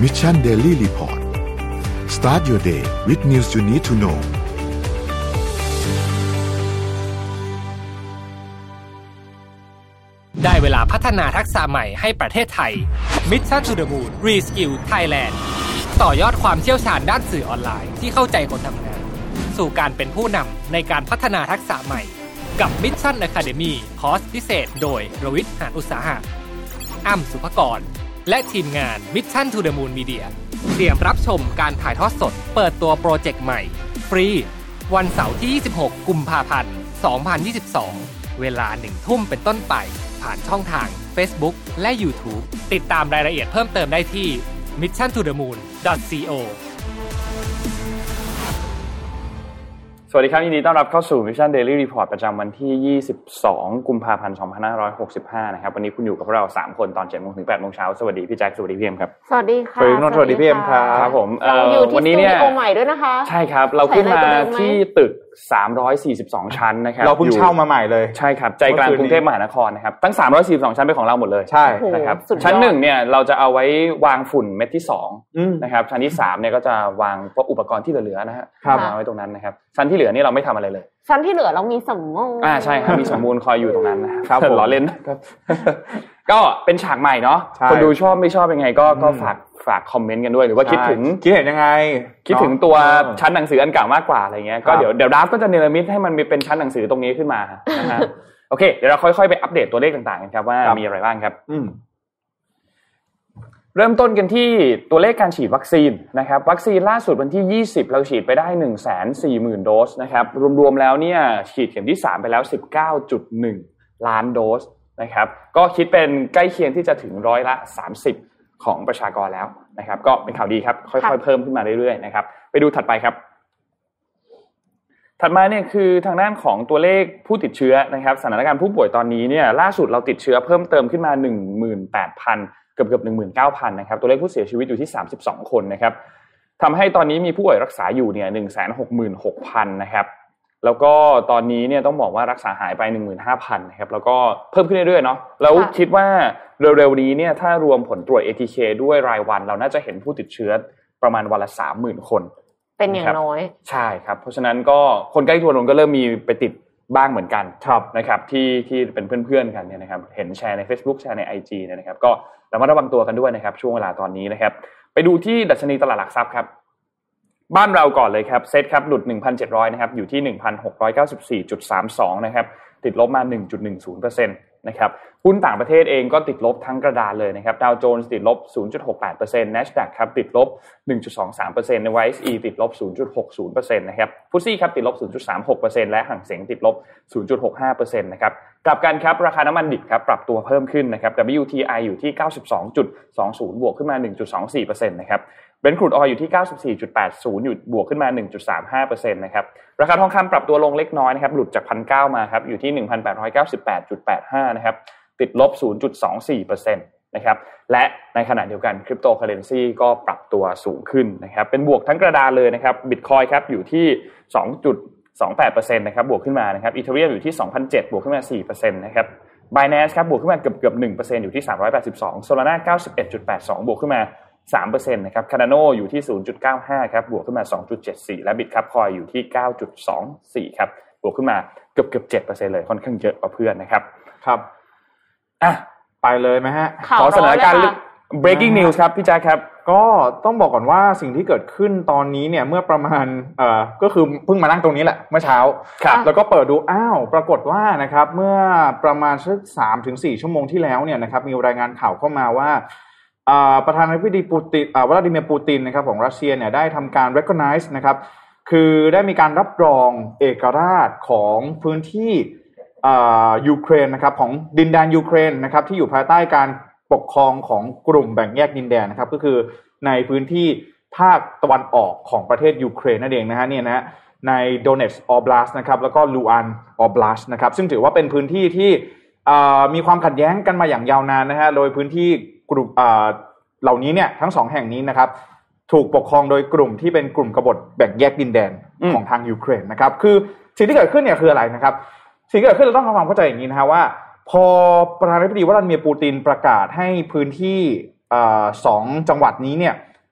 Mission Daily Report Start your day with news you need to know ได้เวลาพัฒนาทักษะใหม่ให้ประเทศไทย Mission to the Moon Reskill Thailand ต่อยอดความเชี่ยวชาญด้านสื่อออนไลน์ที่เข้าใจคนทำงานสู่การเป็นผู้นำในการพัฒนาทักษะใหม่กับ Mission Academy คอร์สพิเศษโดยรวิทย์ หานอุตสาหะอ้ำสุภกรและทีมงาน Mission to the Moon Media เตรียมรับชมการถ่ายทอดสดเปิดตัวโปรเจกต์ใหม่ฟรีวันเสาร์ที่26กุมภาพันธ์2022เวลา 1 ทุ่มเป็นต้นไปผ่านช่องทาง Facebook และ YouTube ติดตามรายละเอียดเพิ่มเติมได้ที่ missiontothemoon.co สวัสดีครับยินดีต้อนรับเข้าสู่ Mission Daily Report ประจำวันที่22กุมภาพันธ์2565นะครับวันนี้คุณอยู่กับเรา3คนตอน 7:00 น. ถึง 8:00 น. สวัสดีพี่แจ็คสวัสดีพี่เอ็มครับสวัสดีค่ะสวัสดีพี่เอ็มครับผมวันนี้เนี่ยสตูดิโอใหม่ด้วยนะคะใช่ครับเราขึ้นมาที่ตึก342ชั้นนะครับเราเพิ่งเช่ามาใหม่เลยใช่ครับใจกลางกรุงเทพมหานครนะครับทั้ง342ชั้นเป็นของเราหมดเลยใช่นะครับชั้น1เนี่ยเราจะเอาไว้วางฝุ่นเม็ดที่2นะครับชั้นที่3เนี่ยก็จะวางพวกอุปกรณ์ที่เหลือๆนะฮะวางไว้ตรงนั้นนะครับชั้นที่เหลือนี่เราไม่ทำอะไรเลยชั้นที่เหลือเรามีสมมูลใช่ครับมีสมมูลคอยอยู่ตรงนั้นนะครับล้อเล่นครับก็เป็นฉากใหม่เนาะคนดูชอบไม่ชอบยังไงก็ฝากคอมเมนต์กันด้วยหรือว่าคิดเห็นยังไงคิดถึงตัวชั้นหนังสืออันเก่ามากกว่าอะไรเงี้ยก็เดี๋ยวดราฟก็จะเนรมิตให้มันเป็นชั้นหนังสือตรงนี้ขึ้นมานะฮะโอเคเดี๋ยวเราค่อยๆไปอัปเดตตัวเลขต่างๆกันครับว่ามีอะไรบ้างครับเริ่มต้นกันที่ตัวเลขการฉีดวัคซีนนะครับวัคซีนล่าสุดวันที่20เราฉีดไปได้ 140,000 โดสนะครับรวมๆแล้วเนี่ยฉีดเข็มที่3ไปแล้ว 19.1 ล้านโดสนะครับก็คิดเป็นใกล้เคียงที่จะถึง30%ของประชากรแล้วนะครับก็เป็นข่าวดีครับค่อยๆเพิ่มขึ้นมาเรื่อยๆนะครับไปดูถัดไปครับถัดมาเนี่ยคือทางด้านของตัวเลขผู้ติดเชื้อนะครับสถานการณ์ผู้ป่วยตอนนี้เนี่ยล่าสุดเราติดเชื้อเพิ่มเติมขึ้นมา 18,000 เกือบ 19,000 นะครับตัวเลขผู้เสียชีวิตอยู่ที่32คนนะครับทำให้ตอนนี้มีผู้ป่วยรักษาอยู่เนี่ย 166,000 นะครับแล้วก็ตอนนี้เนี่ยต้องบอกว่ารักษาหายไป 15,000 นะครับแล้วก็เพิ่มขึ้นเรื่อยๆเนาะแล้วคิดว่าเร็วๆนี้เนี่ยถ้ารวมผลตรวจ ATK ด้วยรายวันเราน่าจะเห็นผู้ติดเชื้อประมาณวันละ 30,000 คนเป็นอย่างน้อยใช่ครับเพราะฉะนั้นก็คนใกล้ตัวเราก็เริ่มมีไปติดบ้างเหมือนกันนะครับที่เป็นเพื่อนๆกันเนี่ยนะครับเห็นแชร์ใน Facebook แชร์ใน IG เนี่ยนะครับก็ระมัดระวังตัวกันด้วยนะครับช่วงเวลาตอนนี้นะครับไปดูที่ดัชนีตลาดหลักทรัพย์ครับบ้านเราก่อนเลยครับเซ็ตครับหลุด 1,700 นะครับอยู่ที่ 1,694.32 นะครับติดลบมา 1.10% นะครับหุ้นต่างประเทศเองก็ติดลบทั้งกระดานเลยนะครับดาวโจนส์ติดลบ 0.68% NASDAQ ครับติดลบ 1.23% NYSE ติดลบ 0.60% นะครับฟุตซี่ครับติดลบ 0.36% และหั่งเส็งติดลบ 0.65% นะครับกลับกันครับราคาน้ำมันดิบครับปรับตัวเพิ่มขึ้นนะครับ WTI อยู่ที่ 92.20 บวกขึ้นมา 1.24% นะครับBrent crude oil อยู่ที่ 94.80 อยู่บวกขึ้นมา 1.35% นะครับราคาทองคำปรับตัวลงเล็กน้อยนะครับหลุดจาก 1,900 มาครับอยู่ที่ 1,898.85 นะครับติดลบ 0.24% นะครับและในขณะเดียวกันคริปโตเคอเรนซีก็ปรับตัวสูงขึ้นนะครับเป็นบวกทั้งกระดานเลยนะครับ Bitcoin ครับอยู่ที่ 2.28% นะครับบวกขึ้นมานะครับ Ethereum อยู่ที่ 2,700 บวกขึ้นมา 4% นะครับ Binance ครับบวกขึ้นมาเกือบ 1% อยู่ที่ 382 Solana 91.82 บวกขึ้นมา3% นะครับ Cardano อยู่ที่ 0.95 ครับบวกขึ้นมา 2.74 และ Bitcoin อยู่ที่ 9.24 ครับบวกขึ้นมาเกือบ 7% เลยค่อนข้างเยอะกว่าเพื่อนนะครับครับไปเลยไหมฮะขอสถานการณ์ breaking news ครับพี่แจ๊คครับก็ต้องบอกก่อนว่าสิ่งที่เกิดขึ้นตอนนี้เนี่ยเมื่อประมาณก็คือเพิ่งมานั่งตรงนี้แหละเมื่อเช้าแล้วก็เปิดดูปรากฏว่านะครับเมื่อประมาณสัก 3-4 ชั่วโมงที่แล้วเนี่ยนะครับมีรายงานข่าวเข้ามาว่าประธานาธิบดีปูตินวลาดิเมียร์ปูตินนะครับของรัสเซียเนี่ยได้ทำการ recognize นะครับคือได้มีการรับรองเอกราชของพื้นที่ยูเครนนะครับของดินแดนยูเครนนะครับที่อยู่ภายใต้การปกครองของกลุ่มแบ่งแยกดินแดนนะครับก็คือในพื้นที่ภาคตะวันออกของประเทศยูเครนนั่นเองนะฮะเนี่ยนะในโดเนตส์ออบลาสต์นะครับแล้วก็ลูอันออบลาสต์นะครับซึ่งถือว่าเป็นพื้นที่ที่มีความขัดแย้งกันมาอย่างยาวนานนะฮะโดยพื้นที่กลุ่มเหล่านี้เนี่ยทั้ง2แห่งนี้นะครับถูกปกครองโดยกลุ่มที่เป็นกลุ่มกบฏแบ่งแยกดินแดนของทางยูเครนนะครับคือสิ่งที่เกิดขึ้นเนี่ยคืออะไรนะครับสิ่งที่เกิดขึ้นเราต้องทำความเข้าใจอย่างนี้นะฮะว่าพอประธานาธิบดีวลาดิเมียร์ปูตินประกาศให้พื้นที่2จังหวัดนี้เนี่ย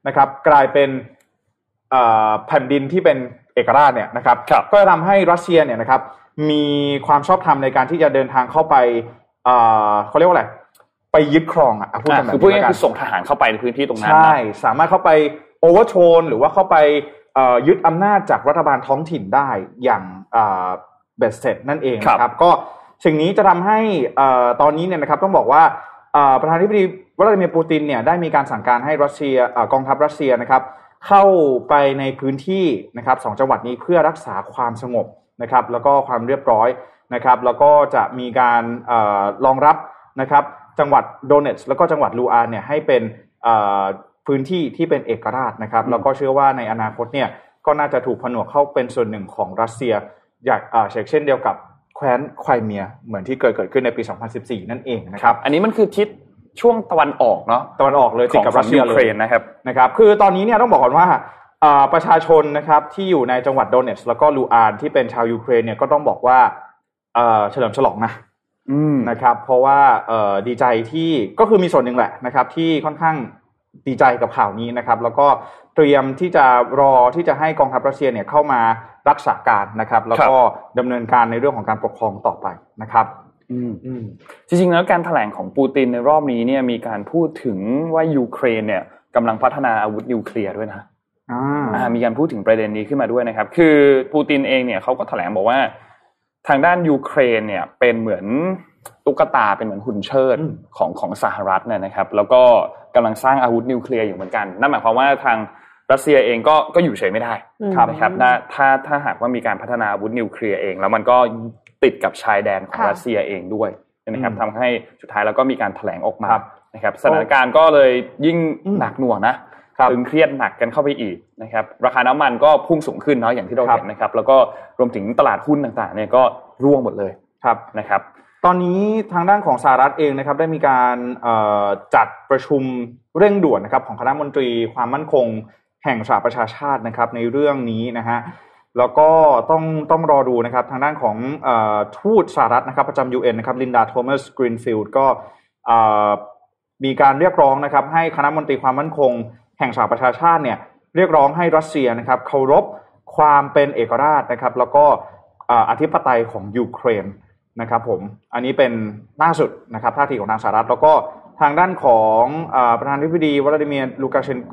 นะครับกลายเป็นแผ่นดินที่เป็นเอกราชเนี่ยนะครับก็จะทำให้รัสเซียเนี่ยนะครับมีความชอบธรรมในการที่จะเดินทางเข้าไปเขาเรียกว่าอะไรไปยึดครองพูดกันแบบนี้คือพูดง่ายๆคือส่งทหารเข้าไปในพื้นที่ตรงนั้นใช่สามารถเข้าไปโอเวอร์โทนหรือว่าเข้าไปยึดอำนาจจากรัฐบาลท้องถิ่นได้อย่างเบสเซ็ตนั่นเองนะครับก็สิ่งนี้จะทำให้ตอนนี้เนี่ยนะครับต้องบอกว่าประธานาธิบดีวลาดิเมียร์ปูตินเนี่ยได้มีการสั่งการให้รัสเซียกองทัพรัสเซียนะครับเข้าไปในพื้นที่นะครับ2จังหวัดนี้เพื่อรักษาความสงบนะครับแล้วก็ความเรียบร้อยนะครับแล้วก็จะมีการรองรับนะครับจังหวัดโดเนตส์แล้วก็จังหวัดลูอานเนี่ยให้เป็นพื้นที่ที่เป็นเอกราชนะครับแล้วก็เชื่อว่าในอนาคตเนี่ยก็น่าจะถูกผนวกเข้าเป็นส่วนหนึ่งของรัสเซียอย่างเช่นเดียวกับแคว้นไครเมียเหมือนที่เกิดขึ้นในปี 2014 นั่นเองนะครับอันนี้มันคือทิศช่วงตะวันออกเนาะตะวันออกเลยติดกับรัสเซียเลยนะครับคือตอนนี้เนี่ยต้องบอกก่อนว่าประชาชนนะครับที่อยู่ในจังหวัดโดเนตส์แล้วก็ลูอานที่เป็นชาวยูเครนเนี่ยก็ต้องบอกว่าเฉลิมฉลองนะครับเพราะว่าดีใจที่ก็คือมีส่วนหนึ่งแหละนะครับที่ค่อนข้างดีใจกับข่าวนี้นะครับแล้วก็เตรียมที่จะรอที่จะให้กองทัพรัสเซียเนี่ยเข้ามารักษาการนะครับแล้วก็ดำเนินการในเรื่องของการปกครองต่อไปนะครับจริงๆแล้วการแถลงของปูตินในรอบนี้เนี่ยมีการพูดถึงว่ายูเครนเนี่ยกำลังพัฒนาอาวุธนิวเคลียร์ด้วยนะมีการพูดถึงประเด็นนี้ขึ้นมาด้วยนะครับคือปูตินเองเนี่ยเขาก็แถลงบอกว่าทางด้านยูเครนเนี่ยเป็นเหมือนตุ๊กตาเป็นเหมือนหุ่นเชิดของสหรัฐนะครับแล้วก็กำลังสร้างอาวุธนิวเคลียร์อยู่เหมือนกันนั่นหมายความว่าทางรัสเซียเองก็อยู่เฉยไม่ได้นะครับถ้าหากว่ามีการพัฒนาอาวุธนิวเคลียร์เองแล้วมันก็ติดกับชายแดนของรัสเซียเองด้วยนะครับทำให้สุดท้ายแล้วก็มีการแถลงออกมานะครับสถานการณ์ก็เลยยิ่งหนักหน่วงนะตึงเครียดหนักกันเข้าไปอีกนะครับราคาน้ำมันก็พุ่งสูงขึ้นเนาะอย่างที่เราเห็นนะครับแล้วก็รวมถึงตลาดหุ้นต่างๆเนี่ยก็ร่วงหมดเลยนะครับตอนนี้ทางด้านของสหรัฐเองนะครับได้มีการจัดประชุมเร่งด่วนนะครับของคณะมนตรีความมั่นคงแห่งสหประชาชาตินะครับในเรื่องนี้นะฮะแล้วก็ต้องรอดูนะครับทางด้านของทูตสหรัฐนะครับประจำ UN นะครับลินดาโทมัสกรีนฟิลด์ก็มีการเรียกร้องนะครับให้คณะมนตรีความมั่นคงแห่งสหประชาชาติเนี่ยเรียกร้องให้รัสเซียนะครับเคารพความเป็นเอกราชนะครับแล้วก็อธิปไตยของยูเครนนะครับผมอันนี้เป็นล่าสุดนะครับท่าทีของทางสหรัฐแล้วก็ทางด้านของประธานาธิบดีวลาดิเมียร์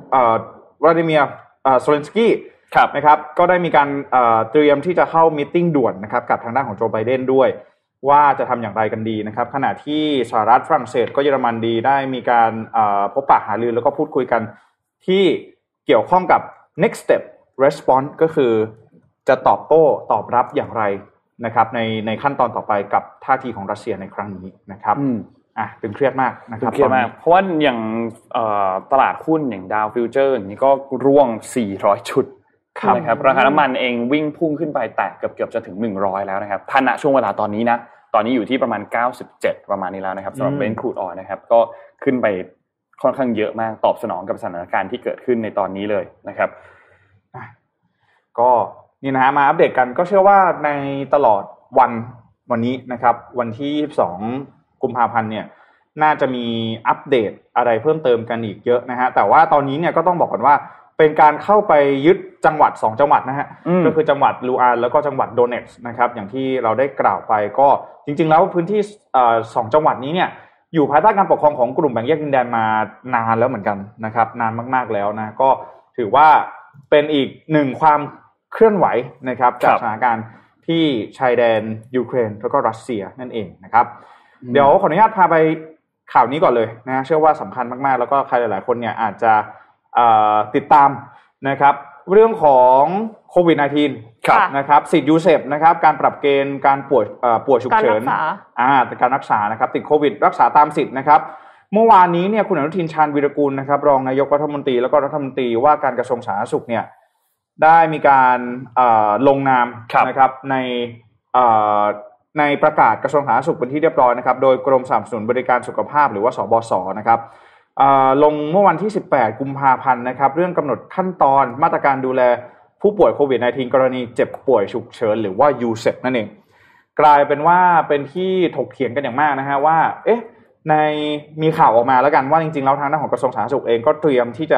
โซเลนสกี้นะครับก็ได้มีการเตรียมที่จะเข้ามีตติ้งด่วนนะครับกับทางด้านของโจไบเดนด้วยว่าจะทำอย่างไรกันดีนะครับขณะที่สหรัฐฝรั่งเศสก็เยอรมันดีได้มีการพบปะหารือแล้วก็พูดคุยกันที่เกี่ยวข้องกับ next step response ก็คือจะตอบรับอย่างไรนะครับในขั้นตอนต่อไปกับท่าทีของรัสเซียในครั้งนี้นะครับตึงเครียดมากนะครับเครียดมากเพราะว่าอย่างตลาดหุ้นอย่างดาวฟิวเจอร์อย่างนี้ก็ร่วง400จุดนะครับราคาน้ำมันเองวิ่งพุ่งขึ้นไปแตะเกือบจะถึง100แล้วนะครับถ้าณช่วงเวลาตอนนี้นะตอนนี้อยู่ที่ประมาณ97ประมาณนี้แล้วนะครับสำหรับเบรนท์ครูดออยล์นะครับก็ขึ้นไปค่อนข้างเยอะมากตอบสนองกับสถานการณ์ที่เกิดขึ้นในตอนนี้เลยนะครับก็นี่นะฮะมาอัปเดตกันก็เชื่อว่าในตลอดวันนี้นะครับวันที่22กุมภาพันธ์เนี่ยน่าจะมีอัปเดตอะไรเพิ่มเติมกันอีกเยอะนะฮะแต่ว่าตอนนี้เนี่ยก็ต้องบอกก่อนว่าเป็นการเข้าไปยึดจังหวัด2จังหวัดนะฮะก็คือจังหวัดลูอานแล้วก็จังหวัดโดเนตส์นะครับอย่างที่เราได้กล่าวไปก็จริงๆแล้วพื้นที่2จังหวัดนี้เนี่ยอยู่ภายใต้การปกครองของกลุ่มแบ่งแยกดินแดนมานานแล้วเหมือนกันนะครับนานมากๆแล้วนะก็ถือว่าเป็นอีกหนึ่งความเคลื่อนไหวนะครับจากสถานการณ์ที่ชายแดนยูเครนแล้วก็รัสเซียนั่นเองนะครับเดี๋ยวขออนุญาตพาไปข่าวนี้ก่อนเลยนะเชื่อว่าสำคัญมากๆแล้วก็ใครหลายๆคนเนี่ยอาจจะติดตามนะครับเรื่องของโควิด -19 นะครับสิทธิ์ยูเซฟนะครับการปรับเกณฑ์การป่วยฉุกเฉินการรักษานะครับติดโควิดรักษาตามสิทธิ์นะครับเมื่อวานนี้เนี่ยคุณอนุทินชาญวีรกูลนะครับรองนายกรัฐมนตรีแล้วก็รัฐมนตรีว่าการกระทรวงสาธารณสุขเนี่ยได้มีการลงนามนะครับในประกาศกระทรวงสาธารณสุขเป็นที่เรียบร้อยนะครับโดยกรมสนับสนุนบริการสุขภาพหรือว่าสบสนะครับลงเมื่อวันที่18กุมภาพันธ์นะครับเรื่องกำหนดขั้นตอนมาตรการดูแลผู้ป่วยโควิด -19 กรณีเจ็บป่วยฉุกเฉินหรือว่า USEP นั่นเองกลายเป็นว่าเป็นที่ถกเถียงกันอย่างมากนะฮะว่ามีข่าวออกมาแล้วกันว่าจริงๆแล้วทางด้านของกระทรวงสาธารณสุขเองก็เตรียมที่จะ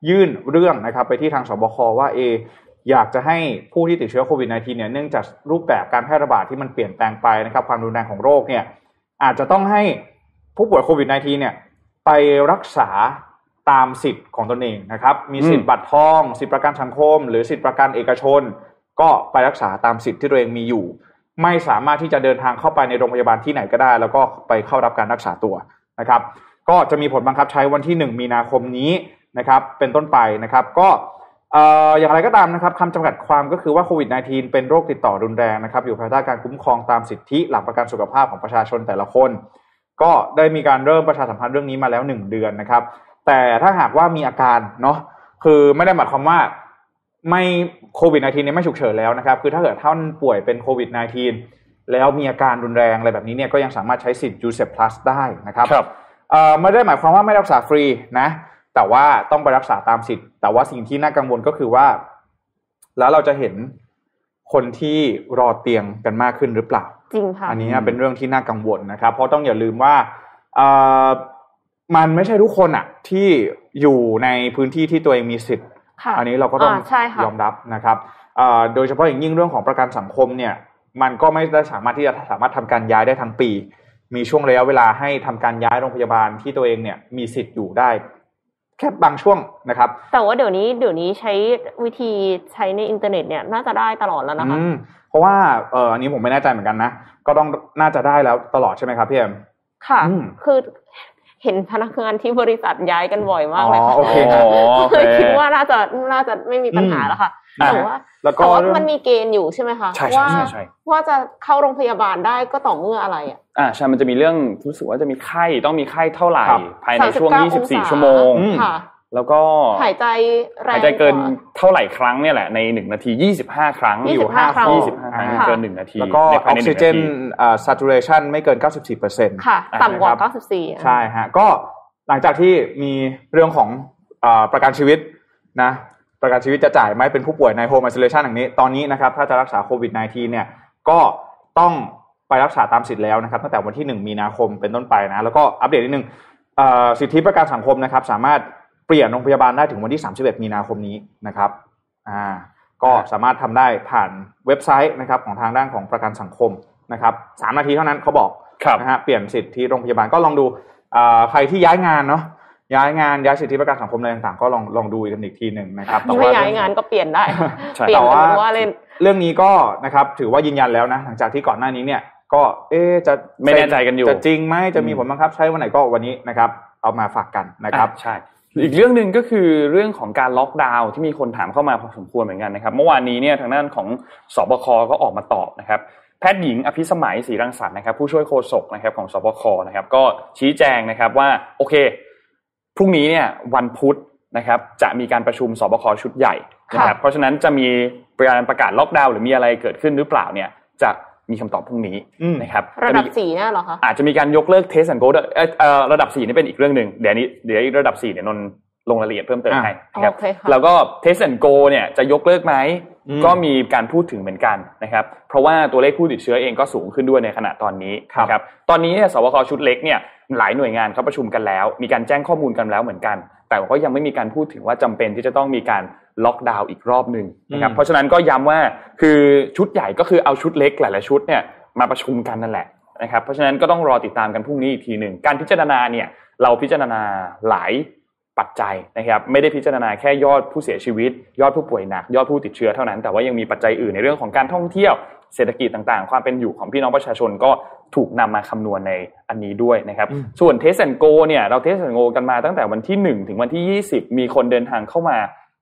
ยื่นเรื่องนะครับไปที่ทางสบคว่าอยากจะให้ผู้ที่ติดเชื้อโควิด -19 เนี่ยเนื่องจากรูปแบบการแพร่ระบาดที่มันเปลี่ยนแปลงไปนะครับความรุนแรงของโรคเนี่ยอาจจะต้องให้ผู้ป่วยโควิด -19 เนี่ยไปรักษาตามสิทธิ์ของตนเองนะครับมีสิทธิ์บัตรทองสิทธิประกันสังคมหรือสิทธิประกันเอกชนก็ไปรักษาตามสิทธิ์ที่ตัวเองมีอยู่ไม่สามารถที่จะเดินทางเข้าไปในโรงพยาบาลที่ไหนก็ได้แล้วก็ไปเข้ารับการรักษาตัวนะครับก็จะมีผลบังคับใช้วันที่1มีนาคมนี้นะครับเป็นต้นไปนะครับก็อย่างไรก็ตามนะครับคำจำกัดความก็คือว่าโควิด -19 เป็นโรคติดต่อรุนแรงนะครับอยู่ภายใต้การคุ้มครองตามสิทธิหลักประกันสุขภาพของประชาชนแต่ละคนก็ได้มีการเริ่มประชาสัมพันธ์เรื่องนี้มาแล้ว1เดือนนะครับแต่ถ้าหากว่ามีอาการเนาะคือไม่ได้หมายความว่าไม่โควิด -19 เนี่ยไม่ฉุกเฉินแล้วนะครับคือถ้าเกิดท่านป่วยเป็นโควิด -19 แล้วมีอาการรุนแรงอะไรแบบนี้เนี่ยก็ยังสามารถใช้สิทธิ์ USEP Plus ได้นะครับไม่ได้หมายความว่าไม่รักษาฟรีนะแต่ว่าต้องไปรักษาตามสิทธิ์แต่ว่าสิ่งที่น่ากังวลก็คือว่าแล้วเราจะเห็นคนที่รอเตียงกันมากขึ้นหรือเปล่าจริงค่ะอันนี้เป็นเรื่องที่น่ากังวลนะครับเพราะต้องอย่าลืมว่ามันไม่ใช่ทุกคนอ่ะที่อยู่ในพื้นที่ที่ตัวเองมีสิทธิ์อันนี้เราก็ต้องยอมรับนะครับโดยเฉพาะอย่างยิ่งเรื่องของประกันสังคมเนี่ยมันก็ไม่ได้สามารถที่จะทำการย้ายได้ทั้งปีมีช่วงระยะเวลาให้ทำการย้ายโรงพยาบาลที่ตัวเองเนี่ยมีสิทธิ์อยู่ได้แค่บางช่วงนะครับแต่ว่าเดี๋ยวนี้ใช้วิธีใช้ในอินเทอร์เน็ตเนี่ยน่าจะได้ตลอดแล้วนะคะเพราะว่าอันนี้ผมไม่แน่ใจเหมือนกันนะก็ต้องน่าจะได้แล้วตลอดใช่ไหมครับพี่เอ็มค่ะคือเห็นพนักงานที่บริษัทย้ายกันบ่อยมากเลยค่ะโอเคเลยคิดว่าน่าจะไม่มีปัญหาแล้วค่ะแต่ว่ามันมีเกณฑ์อยู่ใช่ไหมคะว่าจะเข้าโรงพยาบาลได้ก็ต่อเมื่ออะไรใช่มันจะมีเรื่องรู้สึกว่าจะมีไข้ต้องมีไข้เท่าไหร่ภายในช่วง24ชั่วโมงแล้วก็หายใจเกินเท่าไหร่ครั้งเนี่ยแหละใน1นาที25ครั้งอยู่5ครั้ง 25ครั้งเกิน1นาทีแล้วก็ออกซิเจนsaturation ไม่เกิน 94% ค่ะต่ำกว่า94 ใช่ฮะก็หลังจากที่มีเรื่องของประกันชีวิตนะประกันชีวิตจะจ่ายไหมเป็นผู้ป่วยใน home isolation อย่างนี้ตอนนี้นะครับถ้าจะรักษาโควิด -19 เนี่ยก็ต้องไปรักษาตามสิทธิ์แล้วนะครับตั้งแต่วันที่1มีนาคมเป็นต้นไปนะแล้วก็อัปเดตนิดนึงสิทธิประกันสังคมนะครับสามารถเปลี่ยนโรงพยาบาลได้ถึงวันที่31มีนาคมนี้นะครับก็สามารถทำได้ผ่านเว็บไซต์นะครับของทางด้านของประกันสังคมนะครับ3นาทีเท่านั้นเขาบอกนะฮะเปลี่ยนสิทธิโรงพยาบาลก็ลองดูใครที่ย้ายงานเนาะย้ายสิทธิประกันสังคมอะไรต่างๆก็ลองดูกันอีกทีนึงนะครับแต่ว่าย้ายงานก็เปลี่ยนได้เปลี่ยนว่าเรื่องนี้ก็นะครับถือว่ายืนยันแล้วนะหลังจากที่ก่อนหน้านี้เนี่ยก็จะไม่แน่ใจกันอยู่จะจริงไหมจะมีผลบังคับใช้วันไหนก็วันนี้นะครับเอามาฝากกันนะครับใช่อีกเรื่องนึงก็คือเรื่องของการล็อกดาวน์ที่มีคนถามเข้ามาพอสมควรเหมือนกันนะครับเมื่อวานนี้เนี่ยทางด้านของสบคก็ออกมาตอบนะครับแพทย์หญิงอภิสมัยศรีรังสรรค์นะครับผู้ช่วยโฆษกนะครับของสบคนะครับก็ชี้แจงนะครับว่าโอเคพรุ่งนี้เนี่ยวันพุธนะครับจะมีการประชุมสบคชุดใหญ่นะครับเพราะฉะนั้นจะมีการประกาศล็อกดาวน์หรือมีอะไรเกิดขึ้นหรือเปล่าเนี่ยจะมีคำตอบพรุ่งนี้นะครับระดับ4น่ะเหรอคะอาจจะมีการยกเลิก Test and Go ระดับ4นี่เป็นอีกเรื่องนึงเดี๋ยวระดับ4เนี่ยนนลงรายละเอียดเพิ่มเติมให้นะครับแล้วก็ Test and Go เนี่ยจะยกเลิกไหมก็มีการพูดถึงเหมือนกันนะครับเพราะว่าตัวเลขผู้ติดเชื้อเองก็สูงขึ้นด้วยในขณะตอนนี้นะครับตอนนี้เนี่ยสบคชุดเล็กเนี่ยหลายหน่วยงานเขาประชุมกันแล้วมีการแจ้งข้อมูลกันแล้วเหมือนกันแต่ก็ยังไม่มีการพูดถึงว่าจำเป็นที่จะต้องมีการล็อกดาวน์อีกรอบนึงนะครับเพราะฉะนั้นก็ย้ำว่าคือชุดใหญ่ก็คือเอาชุดเล็กหลายๆชุดเนี่ยมาประชุมกันนั่นแหละนะครับเพราะฉะนั้นก็ต้องรอติดตามกันพรุ่งนี้อีกทีนึงการพิจารณาเนี่ยเราพิจารณาหลายปัจจัยนะครับไม่ได้พิจารณาแค่ยอดผู้เสียชีวิตยอดผู้ป่วยหนักยอดผู้ติดเชื้อเท่านั้นแต่ว่ายังมีปัจจัยอื่นในเรื่องของการท่องเที่ยวเศรษฐกิจต่างๆความเป็นอยู่ของพี่น้องประชาชนก็ถูกนำมาคำนวณในอันนี้ด้วยนะครับส่วน Test and Go เนี่ยเรา Test and Go กันมาตั้งแต่วันที่1ถึงวันที่20มีคนเดินทางเข้ามา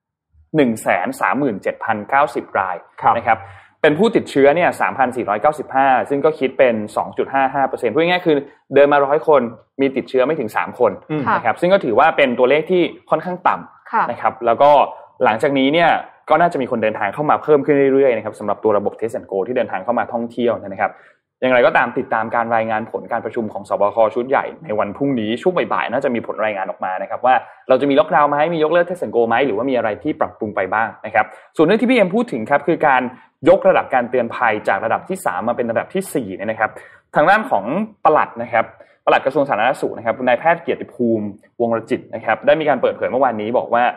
137,090 รายนะครับเป็นผู้ติดเชื้อเนี่ย 3,495 ซึ่งก็คิดเป็น 2.55% พูดง่ายๆคือเดินมา100คนมีติดเชื้อไม่ถึง3คนนะครับซึ่งก็ถือว่าเป็นตัวเลขที่ค่อนข้างต่ำนะครับแล้วก็หลังจากนี้เนี่ยก็น่าจะมีคนเดินทางเข้ามาเพิ่มขึ้นเรื่อยๆนะครับสำหรับตัวระบบ Test and Go ที่เดินทางเข้ามาท่องเที่ยวนะครับอย่างไรก็ตามติดตามการรายงานผลการประชุมของสบคชุดใหญ่ในวันพรุ่งนี้ช่วงบ่ายๆน่าจะมีผลรายงานออกมานะครับว่าเราจะมีล็อกดาวน์ไหมมียกเลิก Test and Go ไหมหรือว่ามีอะไรที่ปรับปรุงไปบ้างนะครับส่วนเรื่องที่พี่เอ็มพูดถึงครับคือการยกระดับการเตือนภัยจากระดับที่3มาเป็นระดับที่4เนี่ยนะครับทางด้านของปลัดนะครับปลัดกระทรวงสาธารณสุขนะครับนายแพทย์เกียรติภูมิวงศ์รจิตนะครับได้มีการเปิดเผยเมื่อวานนี้บอกว่า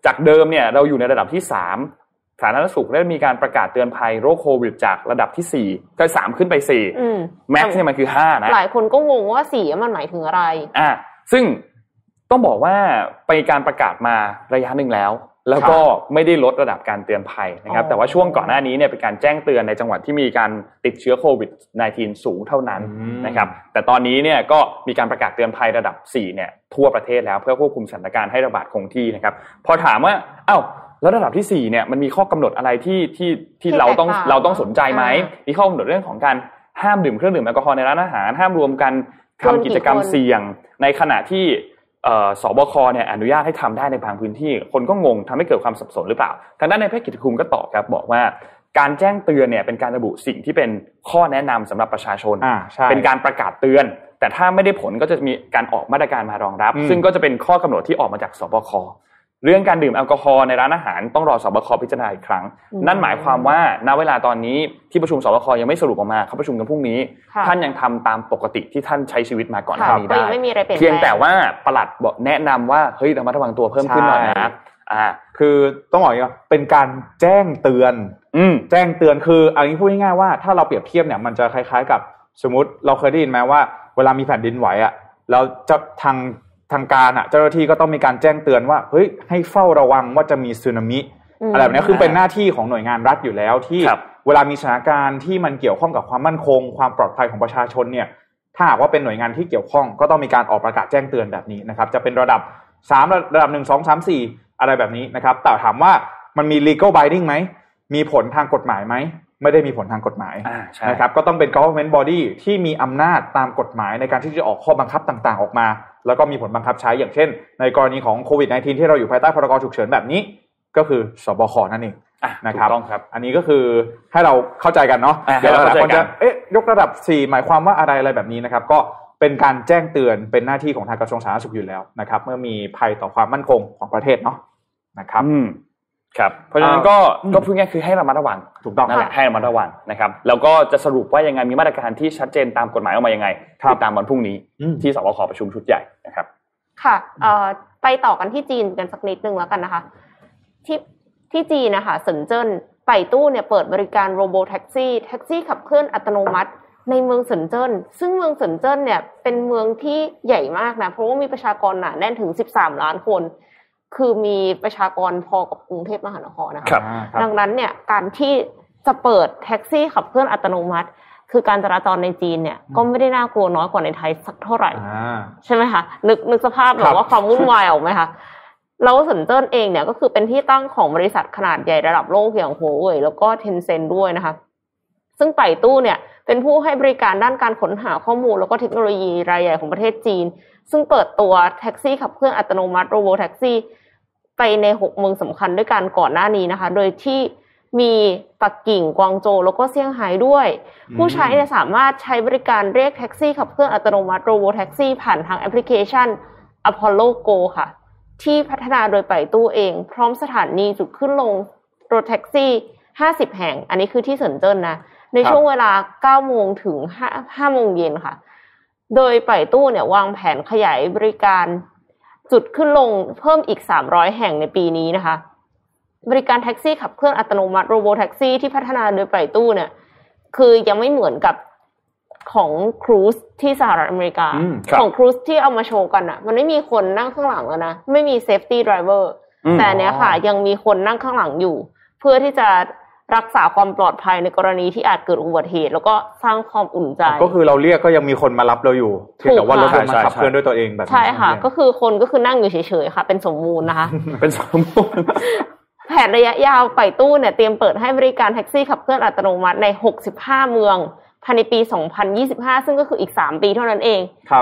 จากเดิมเนี่ยเราอยู่ในระดับที่3สาธารณสุขได้มีการประกาศเตือนภัยโรคโควิดจากระดับที่4ก็3ขึ้นไป4แม็กซ์เนี่ยมันคือ5นะหลายคนก็งงว่า4มันหมายถึงอะไรซึ่งต้องบอกว่าไปการประกาศมาระยะนึงแล้วก็ไม่ได้ลดระดับการเตือนภัยนะครับแต่ว่าช่วงก่อนหน้านี้เนี่ยเป็นการแจ้งเตือนในจังหวัดที่มีการติดเชื้อโควิด -19 สูงเท่านั้นนะครับแต่ตอนนี้เนี่ยก็มีการประกาศเตือนภัยระดับ4เนี่ยทั่วประเทศแล้วเพื่อควบคุมสถานการณ์ให้ระบาดคงที่นะครับพอถามว่าแล้วระดับที่4เนี่ยมันมีข้อกำหนดอะไรที่เราต้องสนใจไหมมีข้อกำหนดเรื่องของการห้ามดื่มเครื่องดื่มแอลกอฮอล์ในร้านอาหารห้ามรวมกันทำกิจกรรมเสี่ยงในขณะที่สบคเนี่ยอนุญาตให้ทำได้ในบางพื้นที่คนก็งงทำให้เกิดความสับสนหรือเปล่าทางด้านนายแพทย์กิตติภูมิก็ตอบครับบอกว่าการแจ้งเตือนเนี่ยเป็นการระบุสิ่งที่เป็นข้อแนะนำสำหรับประชาชนเป็นการประกาศเตือนแต่ถ้าไม่ได้ผลก็จะมีการออกมาตรการมารองรับซึ่งก็จะเป็นข้อกำหนดที่ออกมาจากสบคเรื่องการดื่มแอลกอฮอล์ในร้านอาหารต้องรอสบคพิจารณาอีกครั้งนั่นหมายความว่าณเวลาตอนนี้ที่ประชุมสบคยังไม่สรุปออกมาเขาประชุมกันพรุ่งนี้ท่านยังทำตามปกติที่ท่านใช้ชีวิตมาก่อนหน้านี้ได้เพียงแต่ว่าปลัดบอกแนะนำว่าเฮ้ยระมัดระวังตัวเพิ่มขึ้นหน่อยนะคือต้องบอกว่าเป็นการแจ้งเตือนคืออันนี้พูดง่ายๆว่าถ้าเราเปรียบเทียบเนี่ยมันจะคล้ายๆกับสมมุติเราเคยได้ยินไหมว่าเวลามีแผ่นดินไหวแล้วจะทางการเจ้าหน้าที่ก็ต้องมีการแจ้งเตือนว่าเฮ้ยให้เฝ้าระวังว่าจะมีสึนามิอะไรแบบนี้คือเป็นหน้าที่ของหน่วยงานรัฐอยู่แล้วที่เวลามีสถานการณ์ที่มันเกี่ยวข้องกับความมั่นคงความปลอดภัยของประชาชนเนี่ยถ้าหากว่าเป็นหน่วยงานที่เกี่ยวข้องก็ต้องมีการออกประกาศแจ้งเตือนแบบนี้นะครับจะเป็นระดับ3ระดับ1 2 3 4อะไรแบบนี้นะครับแต่ถามว่ามันมี legal binding ไหมมีผลทางกฎหมายไหมไม่ได้มีผลทางกฎหมายนะครับก็ต้องเป็น government body ที่มีอำนาจตามกฎหมายในการที่จะออกข้อบังคับต่างๆออกมาแล้วก็มีผลบังคับใช้อย่างเช่นในกรณีของโควิด -19 ที่เราอยู่ภายใต้พรกฉุกเฉินแบบนี้ก็คือสบคนั่นเองนะครับอันนี้ก็คือให้เราเข้าใจกันเนาะเดี๋ยวหลายคนจะยกระดับ4หมายความว่าอะไรแบบนี้นะครับก็เป็นการแจ้งเตือนเป็นหน้าที่ของทางกระทรวงสาธารณสุขอยู่แล้วนะครับเมื่อมีภัยต่อความมั่นคงของประเทศเนาะนะครับครับเพราะฉะนั้นก็พูดง่ายคือให้ระมัดระวังถูกต้องนั่นแหละให้ระมัดระวังนะครับแล้วก็จะสรุปว่ายังไงมีมาตรการที่ชัดเจนตามกฎหมายออกมายังไงติดตามวันพรุ่งนี้ที่สบคประชุมชุดใหญ่นะครับค่ะไปต่อกันที่จีนกันสักนิดนึงแล้วกันนะคะที่จีนนะคะเซินเจิ้นไปตู้เนี่ยเปิดบริการโรโบแท็กซี่ขับเคลื่อนอัตโนมัติในเมืองเซินเจิ้นซึ่งเมืองเซินเจิ้นเนี่ยเป็นเมืองที่ใหญ่มากนะเพราะว่ามีประชากรหนาแน่นถึง13ล้านคนคือมีประชากรพอกับกรุงเทพมหานครนะคะดังนั้นเนี่ยการที่จะเปิดแท็กซี่ขับเคลื่อนอัตโนมัติคือการจราจรในจีนเนี่ยก็ไม่ได้น่ากลัวน้อยกว่าในไทยสักเท่าไหร่ใช่ไหมคะนึกสภาพแบบว่าความวุ่นวายออกไหมคะแล้วเซินเจิ้นเองเนี่ยก็คือเป็นที่ตั้งของบริษัทขนาดใหญ่ระดับโลกอย่างหัวเว่ยแล้วก็เทนเซ็นด้วยนะคะซึ่งไปตู้เนี่ยเป็นผู้ให้บริการด้านการค้นหาข้อมูลแล้วก็เทคโนโลยีรายใหญ่ของประเทศจีนซึ่งเปิดตัวแท็กซี่ขับเคลื่อนอัตโนมัติโรโบแท็กซี่ไปใน6เมืองสำคัญด้วยกันก่อนหน้านี้นะคะโดยที่มีปักกิ่งกวางโจวแล้วก็เซี่ยงไฮ้ด้วยผู้ใช้เนี่ยสามารถใช้บริการเรียกแท็กซี่ขับเคลื่อนอัตโนมัติโรโบแท็กซี่ผ่านทางแอปพลิเคชัน Apollo Go ค่ะที่พัฒนาโดยไปตู้เองพร้อมสถานีจุดขึ้นลงรถแท็กซี่50แห่งอันนี้คือที่เซินเจิ้นนะในช่วงเวลา 9 โมงถึง 5 โมงเย็นค่ะโดยไปตู้เนี่ยวางแผนขยายบริการจุดขึ้นลงเพิ่มอีก300แห่งในปีนี้นะคะบริการแท็กซี่ขับเคลื่อนอัตโนมัติโรโบแท็กซี่ที่พัฒนาโดยไปตู้เนี่ยคือยังไม่เหมือนกับของครูซที่สหรัฐอเมริกาของครูซที่เอามาโชว์กันอ่ะมันไม่มีคนนั่งข้างหลังแล้วนะไม่มีเซฟตี้ไดรเวอร์แต่เนี้ยค่ะยังมีคนนั่งข้างหลังอยู่เพื่อที่จะรักษาความปลอดภัยในกรณีที่อาจเกิดอุบัติเหตุแล้วก็สร้างความอุ่นใจก็คือเราเรียกก็ยังมีคนมารับเราอยู่แต่ว่ารถมันขับเคลื่อนด้วยตัวเองแบบใช่ค่ะก็คือคนก็คือนั่งอยู่เฉยๆค่ะเป็นสมมูลนะคะเป็นสมมูลแผนระยะยาวไปตู้เนี่ยเตรียมเปิดให้บริการแท็กซี่ขับเคลื่อนอัตโนมัติใน65เมืองภายในปี2025ซึ่งก็คืออีก3ปีเท่านั้นเอง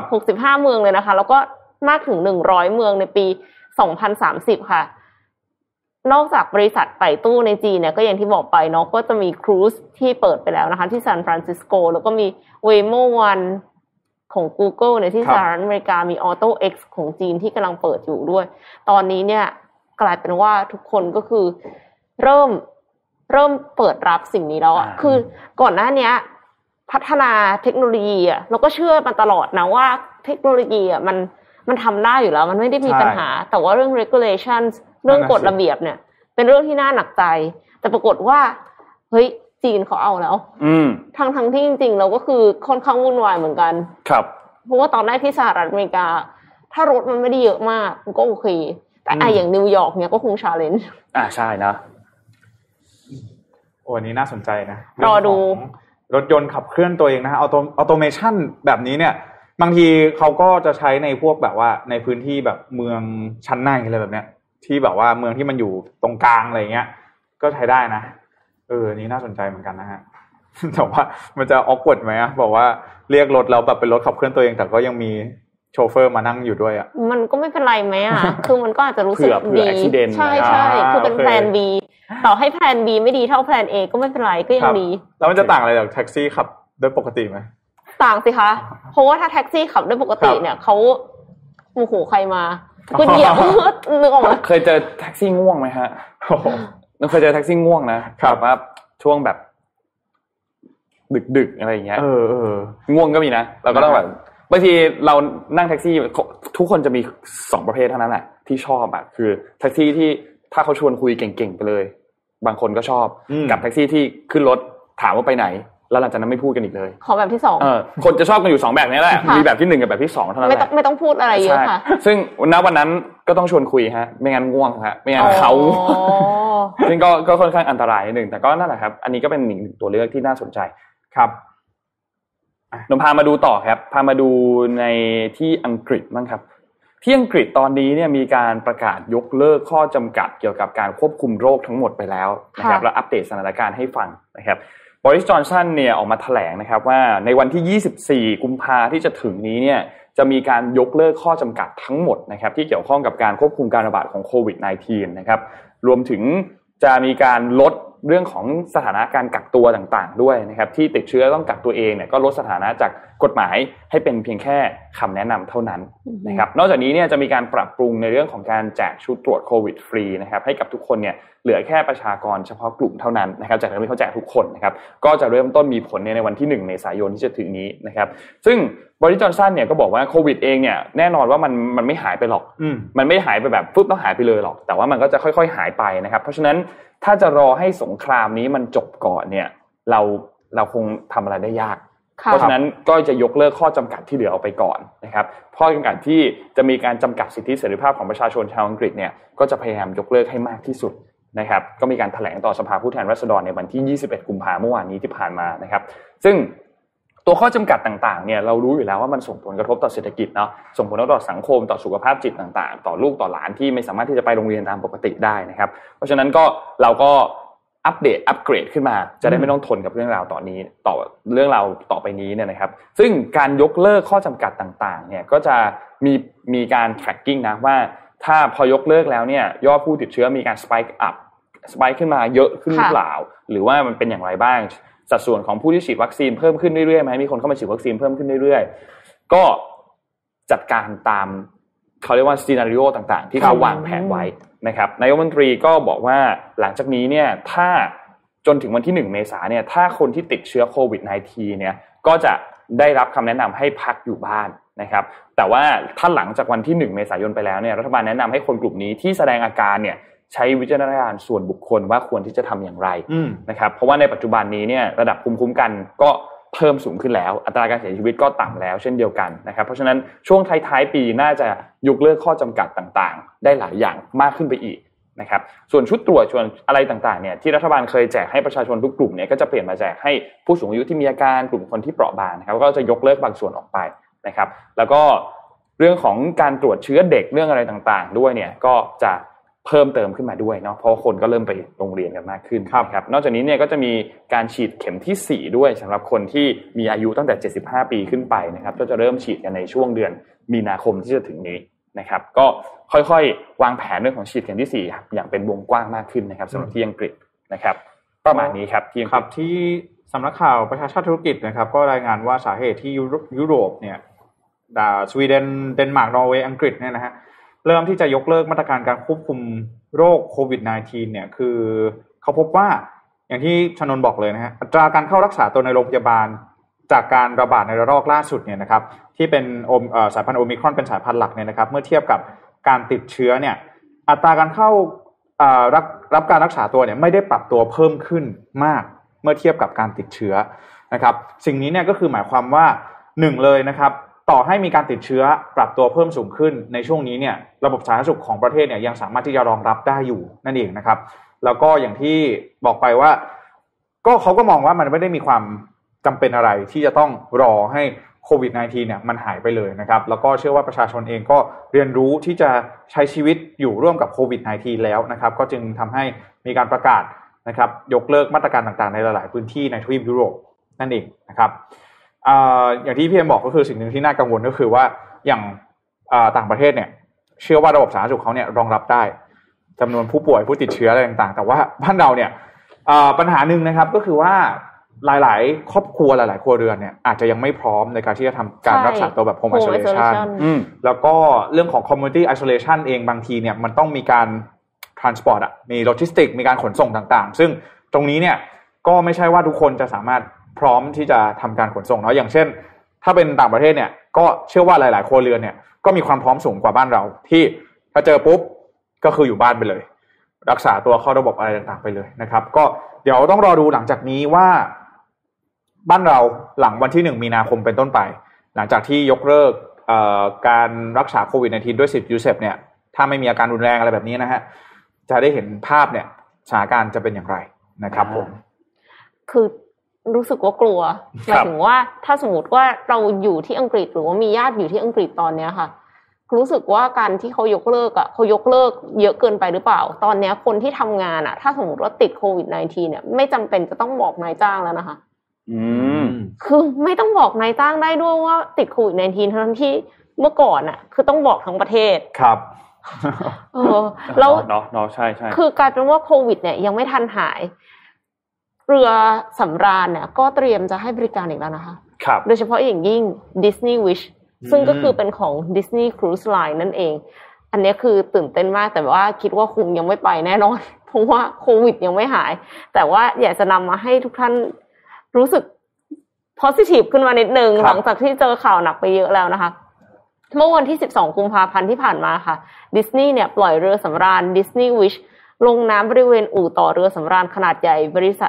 65เมืองเลยนะคะแล้วก็มากถึง100เมืองในปี2030ค่ะนอกจากบริษัทไปตู้ในจีนเนี่ยก็อย่างที่บอกไปเนาะก็จะมีครูซที่เปิดไปแล้วนะคะที่ซานฟรานซิสโกแล้วก็มี Waymo One ของ Google ในที่สหรัฐอเมริกามี Auto X ของจีนที่กำลังเปิดอยู่ด้วยตอนนี้เนี่ยกลายเป็นว่าทุกคนก็คือเริ่มเปิดรับสิ่งนี้แล้วอ่ะคือก่อนหน้านี้พัฒนาเทคโนโลยีอ่ะเราก็เชื่อมาตลอดนะว่าเทคโนโลยีอ่ะมันทำได้อยู่แล้วมันไม่ได้มีปัญหาแต่ว่าเรื่อง regulation เรื่องกฎระเบียบเนี่ยเป็นเรื่องที่น่าหนักใจแต่ปรากฏว่าเฮ้ยจีนเขาเอาแล้วทั้งที่จริงๆเราก็คือค่อนข้างวุ่นวายเหมือนกันครับเพราะว่าตอนแรกที่สหรัฐอเมริกาถ้ารถมันไม่ได้เยอะมากมันก็โอเคแต่อย่างนิวยอร์กเนี่ยก็คง challenge ใช่นะโอ้อันนี้น่าสนใจนะรอดูรถยนต์ขับเคลื่อนตัวเองนะออโตเมชันแบบนี้เนี่ยบางทีเขาก็จะใช้ในพวกแบบว่าในพื้นที่แบบเมืองชั้นในอะไรแบบเนี้ยที่แบบว่าเมืองที่มันอยู่ตรงกลางอะไรเงี้ยก็ใช้ได้นะนี่น่าสนใจเหมือนกันนะฮะแต่ว่ามันจะออกวดไหมบอกว่าเรียกรถแล้วแบบเป็นรถขับเคลื่อนตัวเองแต่ก็ยังมีโชเฟอร์มานั่งอยู่ด้วยมันก็ไม่เป็นไรไหมคือมันก็อาจจะรู้สึกดีใช่คือเป็นแพลน B ต่อให้แพลน B ไม่ดีเท่าแพลน A ก็ไม่เป็นไรก็ยังดีแล้วมันจะต่างอะไรจากแท็กซี่ขับด้วยปกติไหมต่างสิคะเพราะว่าถ้าแท็กซี่ขับด้วยปกติเนี่ยเขาโอ้โหใครมาก็เหยียบนึกออกไหมเคยเจอแท็กซี่ง่วงไหมฮะเราเคยเจอแท็กซี่ง่วงนะแบบว่าช่วงแบบดึกอะไรอย่างเงี้ยง่วงก็มีนะเราก็ต้องแบบบางทีเรานั่งแท็กซี่ทุกคนจะมี2ประเภทเท่านั้นแหละที่ชอบคือแท็กซี่ที่ถ้าเขาชวนคุยเก่งๆไปเลยบางคนก็ชอบกับแท็กซี่ที่ขึ้นรถถามว่าไปไหนแล้วหลังจากนั้นไม่พูดกันอีกเลยขอแบบที่2 คนจะชอบกันอยู่2แบบนี้แหละมีแบบที่1กับแบบที่2เท่านั้นแหละไม่ต้องพูดอะไรเยอะค่ะซึ่งณวันนั้นก็ต้องชวนคุยฮะไม่งั้นง่วงฮะไม่งั้นเขาซึ่งก็ค่อนข้างอันตรายนิดนึงแต่ก็นั่นแหละครับอันนี้ก็เป็นหนึ่งตัวเลือกที่น่าสนใจครับนำพามาดูต่อครับพามาดูในที่อังกฤษบ้างครับที่อังกฤษตอนนี้เนี่ยมีการประกาศยกเลิกข้อจำกัดเกี่ยวกับการควบคุมโรคทั้งหมดไปแล้วนะครับและอัปเดตสถานการณ์ให้ฟังนะครับบริส จอนสันเนี่ยออกมาแถลงนะครับว่าในวันที่24กุมภาพันธ์ที่จะถึงนี้เนี่ยจะมีการยกเลิกข้อจำกัดทั้งหมดนะครับที่เกี่ยวข้องกับการควบคุมการระบาดของโควิด -19 นะครับรวมถึงจะมีการลดเรื่องของสถานะการกักตัวต่างๆด้วยนะครับที่ติดเชื้อต้องกักตัวเองเนี่ยก็ลดสถานะจากกฎหมายให้เป็นเพียงแค่คำแนะนำเท่านั้นนะครับนอกจากนี้เนี่ยจะมีการปรับปรุงในเรื่องของการแจกชุดตรวจโควิดฟรีนะครับให้กับทุกคนเนี่ยเหลือแค่ประชากรเฉพาะกลุ่มเท่านั้นนะครับจากนั้นเขาแจกทุกคนนะครับก็จะเริ่มต้นมีผลในวันที่1เมษายนที่จะถึงนี้นะครับซึ่งบริส จอนสันเนี่ยก็บอกว่าโควิดเองเนี่ยแน่นอนว่ามันไม่หายไปหรอกมันไม่หายไปแบบฟึบต้องหายไปเลยหรอกแต่ว่ามันก็จะค่อยๆหายไปนะครับเพราะฉะนั้นถ้าจะรอให้สงครามนี้มันจบก่อนเนี่ยเราคงทำอะไรได้ยากเพราะฉะนั้นก็จะยกเลิกข้อจำกัดที่เหลือออกไปก่อนนะครับข้อจำกัดที่จะมีการจำกัดสิทธิเสรีภาพของประชาชนชาวอังกฤษเนี่ยก็จะพยายามยกเลิกให้มากที่สุดนะครับก็มีการแถลงต่อสภาผู้แทนราษฎรในวันที่21กุมภาพันธ์เมื่อวานนี้ที่ผ่านมานะครับซึ่งตัวข้อจำกัดต่างๆเนี่ยเรารู้อยู่แล้วว่ามันส่งผลกระทบต่อเศรษฐกิจเนาะส่งผลต่อสังคมต่อสุขภาพจิตต่างๆต่อลูกต่อหลานที่ไม่สามารถที่จะไปโรงเรียนตามปกติได้นะครับเพราะฉะนั้นเราก็อัปเกรดขึ้นมาจะได้ไม่ต้องทนกับเรื่องราวต่อไปนี้เนี่ยนะครับซึ่งการยกเลิกข้อจำกัดต่างๆเนี่ยก็จะมีการ tracking นะว่าถ้าพอยกเลิกแล้วเนี่ยยอดผู้ติดเชื้อมีการ spike ขึ้นมาเยอะขึ้นหรือเปล่าหรือว่ามันเป็นอย่างไรบ้างสัดส่วนของผู้ที่ฉีดวัคซีนเพิ่มขึ้นเรื่อยๆไหมมีคนเข้ามาฉีดวัคซีนเพิ่มขึ้นเรื่อยๆก็จัดการตามเขาเรียกว่าซีนาริโอต่างๆที่เขาวางแผนไว้นะครับนายกรัฐมนตรีก็บอกว่าหลังจากนี้เนี่ยถ้าจนถึงวันที่1เมษายนเนี่ยถ้าคนที่ติดเชื้อโควิด -19 เนี่ยก็จะได้รับคำแนะนำให้พักอยู่บ้านนะครับแต่ว่าถ้าหลังจากวันที่1เมษายนไปแล้วเนี่ยรัฐบาลแนะนำให้คนกลุ่มนี้ที่แสดงอาการเนี่ยใช้วิจารณญาณส่วนบุคคลว่าควรที่จะทำอย่างไรนะครับเพราะว่าในปัจจุบันนี้เนี่ยระดับภูมิคุ้มกันก็เพิ่มสูงขึ้นแล้วอัตราการเสียชีวิตก็ต่ำแล้วเช่นเดียวกันนะครับเพราะฉะนั้นช่วงท้ายๆปีน่าจะยกเลิกข้อจำกัดต่างๆได้หลายอย่างมากขึ้นไปอีกนะครับส่วนชุดตรวจส่วนอะไรต่างๆเนี่ยที่รัฐบาลเคยแจกให้ประชาชนทุกกลุ่มเนี่ยก็จะเปลี่ยนมาแจกให้ผู้สูงอายุที่มีอาการกลุ่มคนที่เปราะบางนะครับก็จะยกเลิกบางส่วนออกไปนะครับแล้วก็เรื่องของการตรวจเชื้อเด็กเรื่องอะไรต่างๆด้วยเนี่ยก็จะเพิ่มเติมขึ้นมาด้วยเนาะเพราะคนก็เริ่มไปโรงเรียนกันมากขึ้นครับนอกจากนี้เนี่ยก็จะมีการฉีดเข็มที่4ด้วยสำหรับคนที่มีอายุตั้งแต่75ปีขึ้นไปนะครับก็จะเริ่มฉีดกันในช่วงเดือนมีนาคมที่จะถึงนี้นะครับก็ค่อยๆวางแผนเรื่องของฉีดเข็มที่4อย่างเป็นวงกว้างมากขึ้นนะครับสำหรับที่อังกฤษนะครับประมาณนี้ครับที่สำนักข่าวประชาชาติธุรกิจนะครับก็รายงานว่าสาเหตุที่ยุโรปเนี่ยสวีเดนเดนมาร์กนอร์เวย์อังกฤษเนี่ยนะฮะเริ่มที่จะยกเลิกมาตรการการควบคุมโรคโควิด -19 เนี่ยคือเขาพบว่าอย่างที่ชนนท์บอกเลยนะฮะอัตราการเข้ารักษาตัวในโรงพยาบาลจากการระบาดในระลอกล่าสุดเนี่ยนะครับที่เป็นสายพันธุ์โอมิครอนเป็นสายพันธุ์หลักเนี่ยนะครับเมื่อเทียบกับการติดเชื้อเนี่ยอัตราการเข้ารับการรักษาตัวเนี่ยไม่ได้ปรับตัวเพิ่มขึ้นมากเมื่อเทียบกับการติดเชื้อนะครับสิ่งนี้เนี่ยก็คือหมายความว่า1เลยนะครับต่อให้มีการติดเชื้อปรับตัวเพิ่มสูงขึ้นในช่วงนี้เนี่ยระบบสาธารณสุขของประเทศเนี่ยยังสามารถที่จะรองรับได้อยู่นั่นเองนะครับแล้วก็อย่างที่บอกไปว่าก็เขาก็มองว่ามันไม่ได้มีความจำเป็นอะไรที่จะต้องรอให้โควิด -19 เนี่ยมันหายไปเลยนะครับแล้วก็เชื่อว่าประชาชนเองก็เรียนรู้ที่จะใช้ชีวิตอยู่ร่วมกับโควิด -19 แล้วนะครับก็จึงทำให้มีการประกาศนะครับยกเลิกมาตรการต่างๆในหลายๆพื้นที่ในทวีปยุโรปนั่นเองนะครับอย่างที่พี่เอ็มบอกก็คือสิ่งหนึ่งที่น่ากังวลก็คือว่าอย่างต่างประเทศเนี่ยเชื่อว่าระบบสาธารณสุขเขาเนี่ยรองรับได้จำนวนผู้ป่วยผู้ติดเชื้ออะไรต่างๆแต่ว่าบ้านเราเนี่ยปัญหาหนึ่งนะครับก็คือว่าหลายๆครอบครัวหลายๆครัวเรือนเนี่ยอาจจะยังไม่พร้อมในการที่จะทำการรักษาตัวแบบ home isolation แล้วก็เรื่องของ community isolation เองบางทีเนี่ยมันต้องมีการ transport มีโลจิสติกมีการขนส่งต่างๆซึ่งตรงนี้เนี่ยก็ไม่ใช่ว่าทุกคนจะสามารถพร้อมที่จะทำการขนส่งเนาะอย่างเช่นถ้าเป็นต่างประเทศเนี่ยก็เชื่อว่าหลายๆครัวเรือนเนี่ยก็มีความพร้อมสูงกว่าบ้านเราที่ถ้าเจอปุ๊บก็คืออยู่บ้านไปเลยรักษาตัวเข้าระบบอะไรต่างๆไปเลยนะครับก็เดี๋ยวต้องรอดูหลังจากนี้ว่าบ้านเราหลังวันที่1มีนาคมเป็นต้นไปหลังจากที่ยกเลิกการรักษาโควิด -19 ด้วย10 USEP เนี่ยถ้าไม่มีอาการรุนแรงอะไรแบบนี้นะฮะจะได้เห็นภาพเนี่ยสถานการณ์จะเป็นอย่างไรนะครับผมคือรู้สึกว่ากลัวหมายถึงว่าถ้าสมมติว่าเราอยู่ที่อังกฤษหรือว่ามีญาติอยู่ที่อังกฤษตอนนี้ค่ะรู้สึกว่าการที่เขายกเลิกเขายกเลิกเยอะเกินไปหรือเปล่าตอนนี้คนที่ทำงานถ้าสมมติว่าติดโควิด -19 เนี่ยไม่จำเป็นจะต้องบอกนายจ้างแล้วนะคะคือไม่ต้องบอกนายจ้างได้ด้วยว่าติดโควิด -19 ทั้งที่เมื่อก่อนคือต้องบอกทั้งประเทศครับแล้วเนาะใช่คือกลายเป็นว่าโควิดเนี่ยยังไม่ทันหายเรือสำราญเนี่ยก็เตรียมจะให้บริการอีกแล้วนะคะครับโดยเฉพาะอย่างยิ่ง Disney Wish ซึ่งก็คือเป็นของ Disney Cruise Line นั่นเองอันนี้คือตื่นเต้นมากแต่ว่าคิดว่าคงยังไม่ไปแน่นอนเพราะว่าโควิดยังไม่หายแต่ว่าอยากจะนำมาให้ทุกท่านรู้สึก positive ขึ้นมานิดนึงหลังจากที่เจอข่าวหนักไปเยอะแล้วนะคะเมื่อวันที่12กุมภาพันธ์ที่ผ่านมาค่ะดิสนีย์เนี่ยปล่อยเรือสำราญ Disney Wish ลงน้ำบริเวณอู่ต่อเรือสำราญขนาดใหญ่บริษัท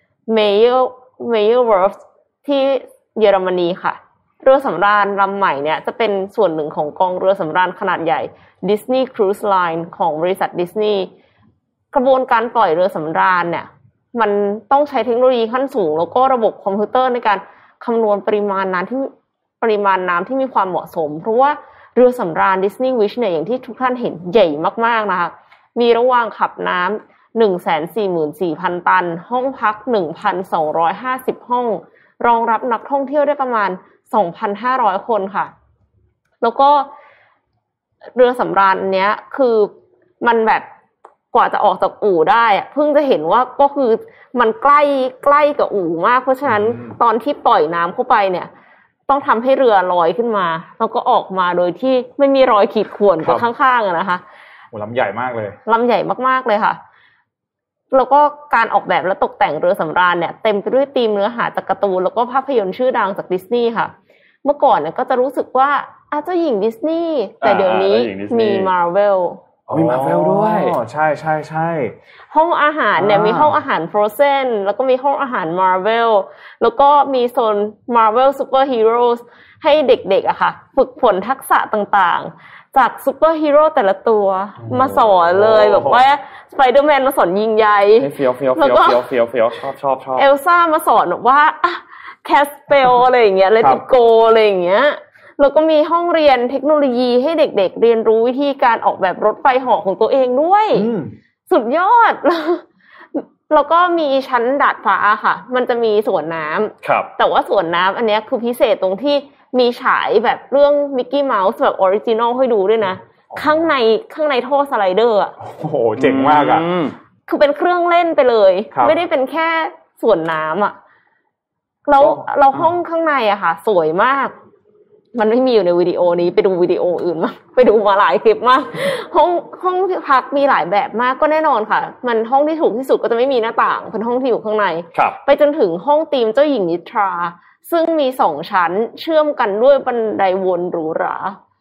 Meyerwerft ที่เยอรมนีค่ะเรือสำราญลำใหม่เนี่ยจะเป็นส่วนหนึ่งของกองเรือสำราญขนาดใหญ่ Disney Cruise Line ของบริษัทดิสนีย์กระบวนการปล่อยเรือสำราญเนี่ยมันต้องใช้เทคโนโลยีขั้นสูงแล้วก็ระบบคอมพิวเตอร์ในการคำนวณปริมาณน้ำที่มีความเหมาะสมเพราะว่าเรือสำราญ Disney Wish เนี่ยอย่างที่ทุกท่านเห็นใหญ่มากๆนะคะมีระหว่างขับน้ำ 144,000 ตันห้องพัก 1,250 ห้องรองรับนักท่องเที่ยวได้ประมาณ 2,500 คนค่ะแล้วก็เรือสำราญอันเนี้ยคือมันแบบกว่าจะออกจากอู่ได้เพิ่งจะเห็นว่าก็คือมันใกล้กับอู่มากเพราะฉะนั้นตอนที่ปล่อยน้ำเข้าไปเนี่ยต้องทำให้เรือลอยขึ้นมาแล้วก็ออกมาโดยที่ไม่มีรอยขีดข่วนกับข้างๆนะคะโอ้ลำใหญ่มากเลยลำใหญ่มากๆเลยค่ะแล้วก็การออกแบบและตกแต่งเรือสำราญเนี่ยเต็มไปด้วยธีมเนื้อหาจากการ์ตูนแล้วก็ภาพยนตร์ชื่อดังจากดิสนีย์ค่ะเมื่อก่อนเนี่ยก็จะรู้สึกว่าเจ้าหญิงดิสนีย์แต่เดี๋ยวนี้มี Marvel มี Marvel ด้วยใช่ๆห้องอาหารเนี่ยมีห้องอาหาร Frozen แล้วก็มีห้องอาหาร Marvel แล้วก็มีโซน Marvel Super Heroes ให้เด็กๆค่ะฝึกฝนทักษะต่างๆจากซูเปอร์ฮีโร่แต่ละตัวมาสอนเลยแบบว่าสไปเดอร์แมนมาสอนยิงใยเฟี้ยวชอบเอลซ่ามาสอนแบบว่าแคสเปลอะไรอย่างเงี้ยเลติโกอะไรอย่างเงี้ยแล้วก็มีห้องเรียนเทคโนโลยีให้เด็กๆเรียนรู้วิธีการออกแบบรถไฟเหาะของตัวเองด้วยสุดยอดแล้วก็มีชั้นดาดฟ้าค่ะมันจะมีสวนน้ำแต่ว่าสวนน้ำอันนี้คือพิเศษตรงที่มีฉายแบบเรื่องมิกกี้เมาส์แบบออริจินอลให้ดูด้วยนะข้างในท่อสไลเดอร์โอ้โหเจ๋งมากคือเป็นเครื่องเล่นไปเลยไม่ได้เป็นแค่สวนน้ำแล้วเราห้องข้างในค่ะสวยมากมันไม่มีอยู่ในวิดีโอนี้ไปดูวิดีโออื่นมาไปดูมาหลายคลิปมากห้องพักมีหลายแบบมากก็แน่นอนค่ะมันห้องที่ถูกที่สุดก็จะไม่มีหน้าต่างเป็นห้องที่อยู่ข้างในไปจนถึงห้องธีมเจ้าหญิงนิทราซึ่งมี2ชั้นเชื่อมกันด้วยบันไดวนหรูหรา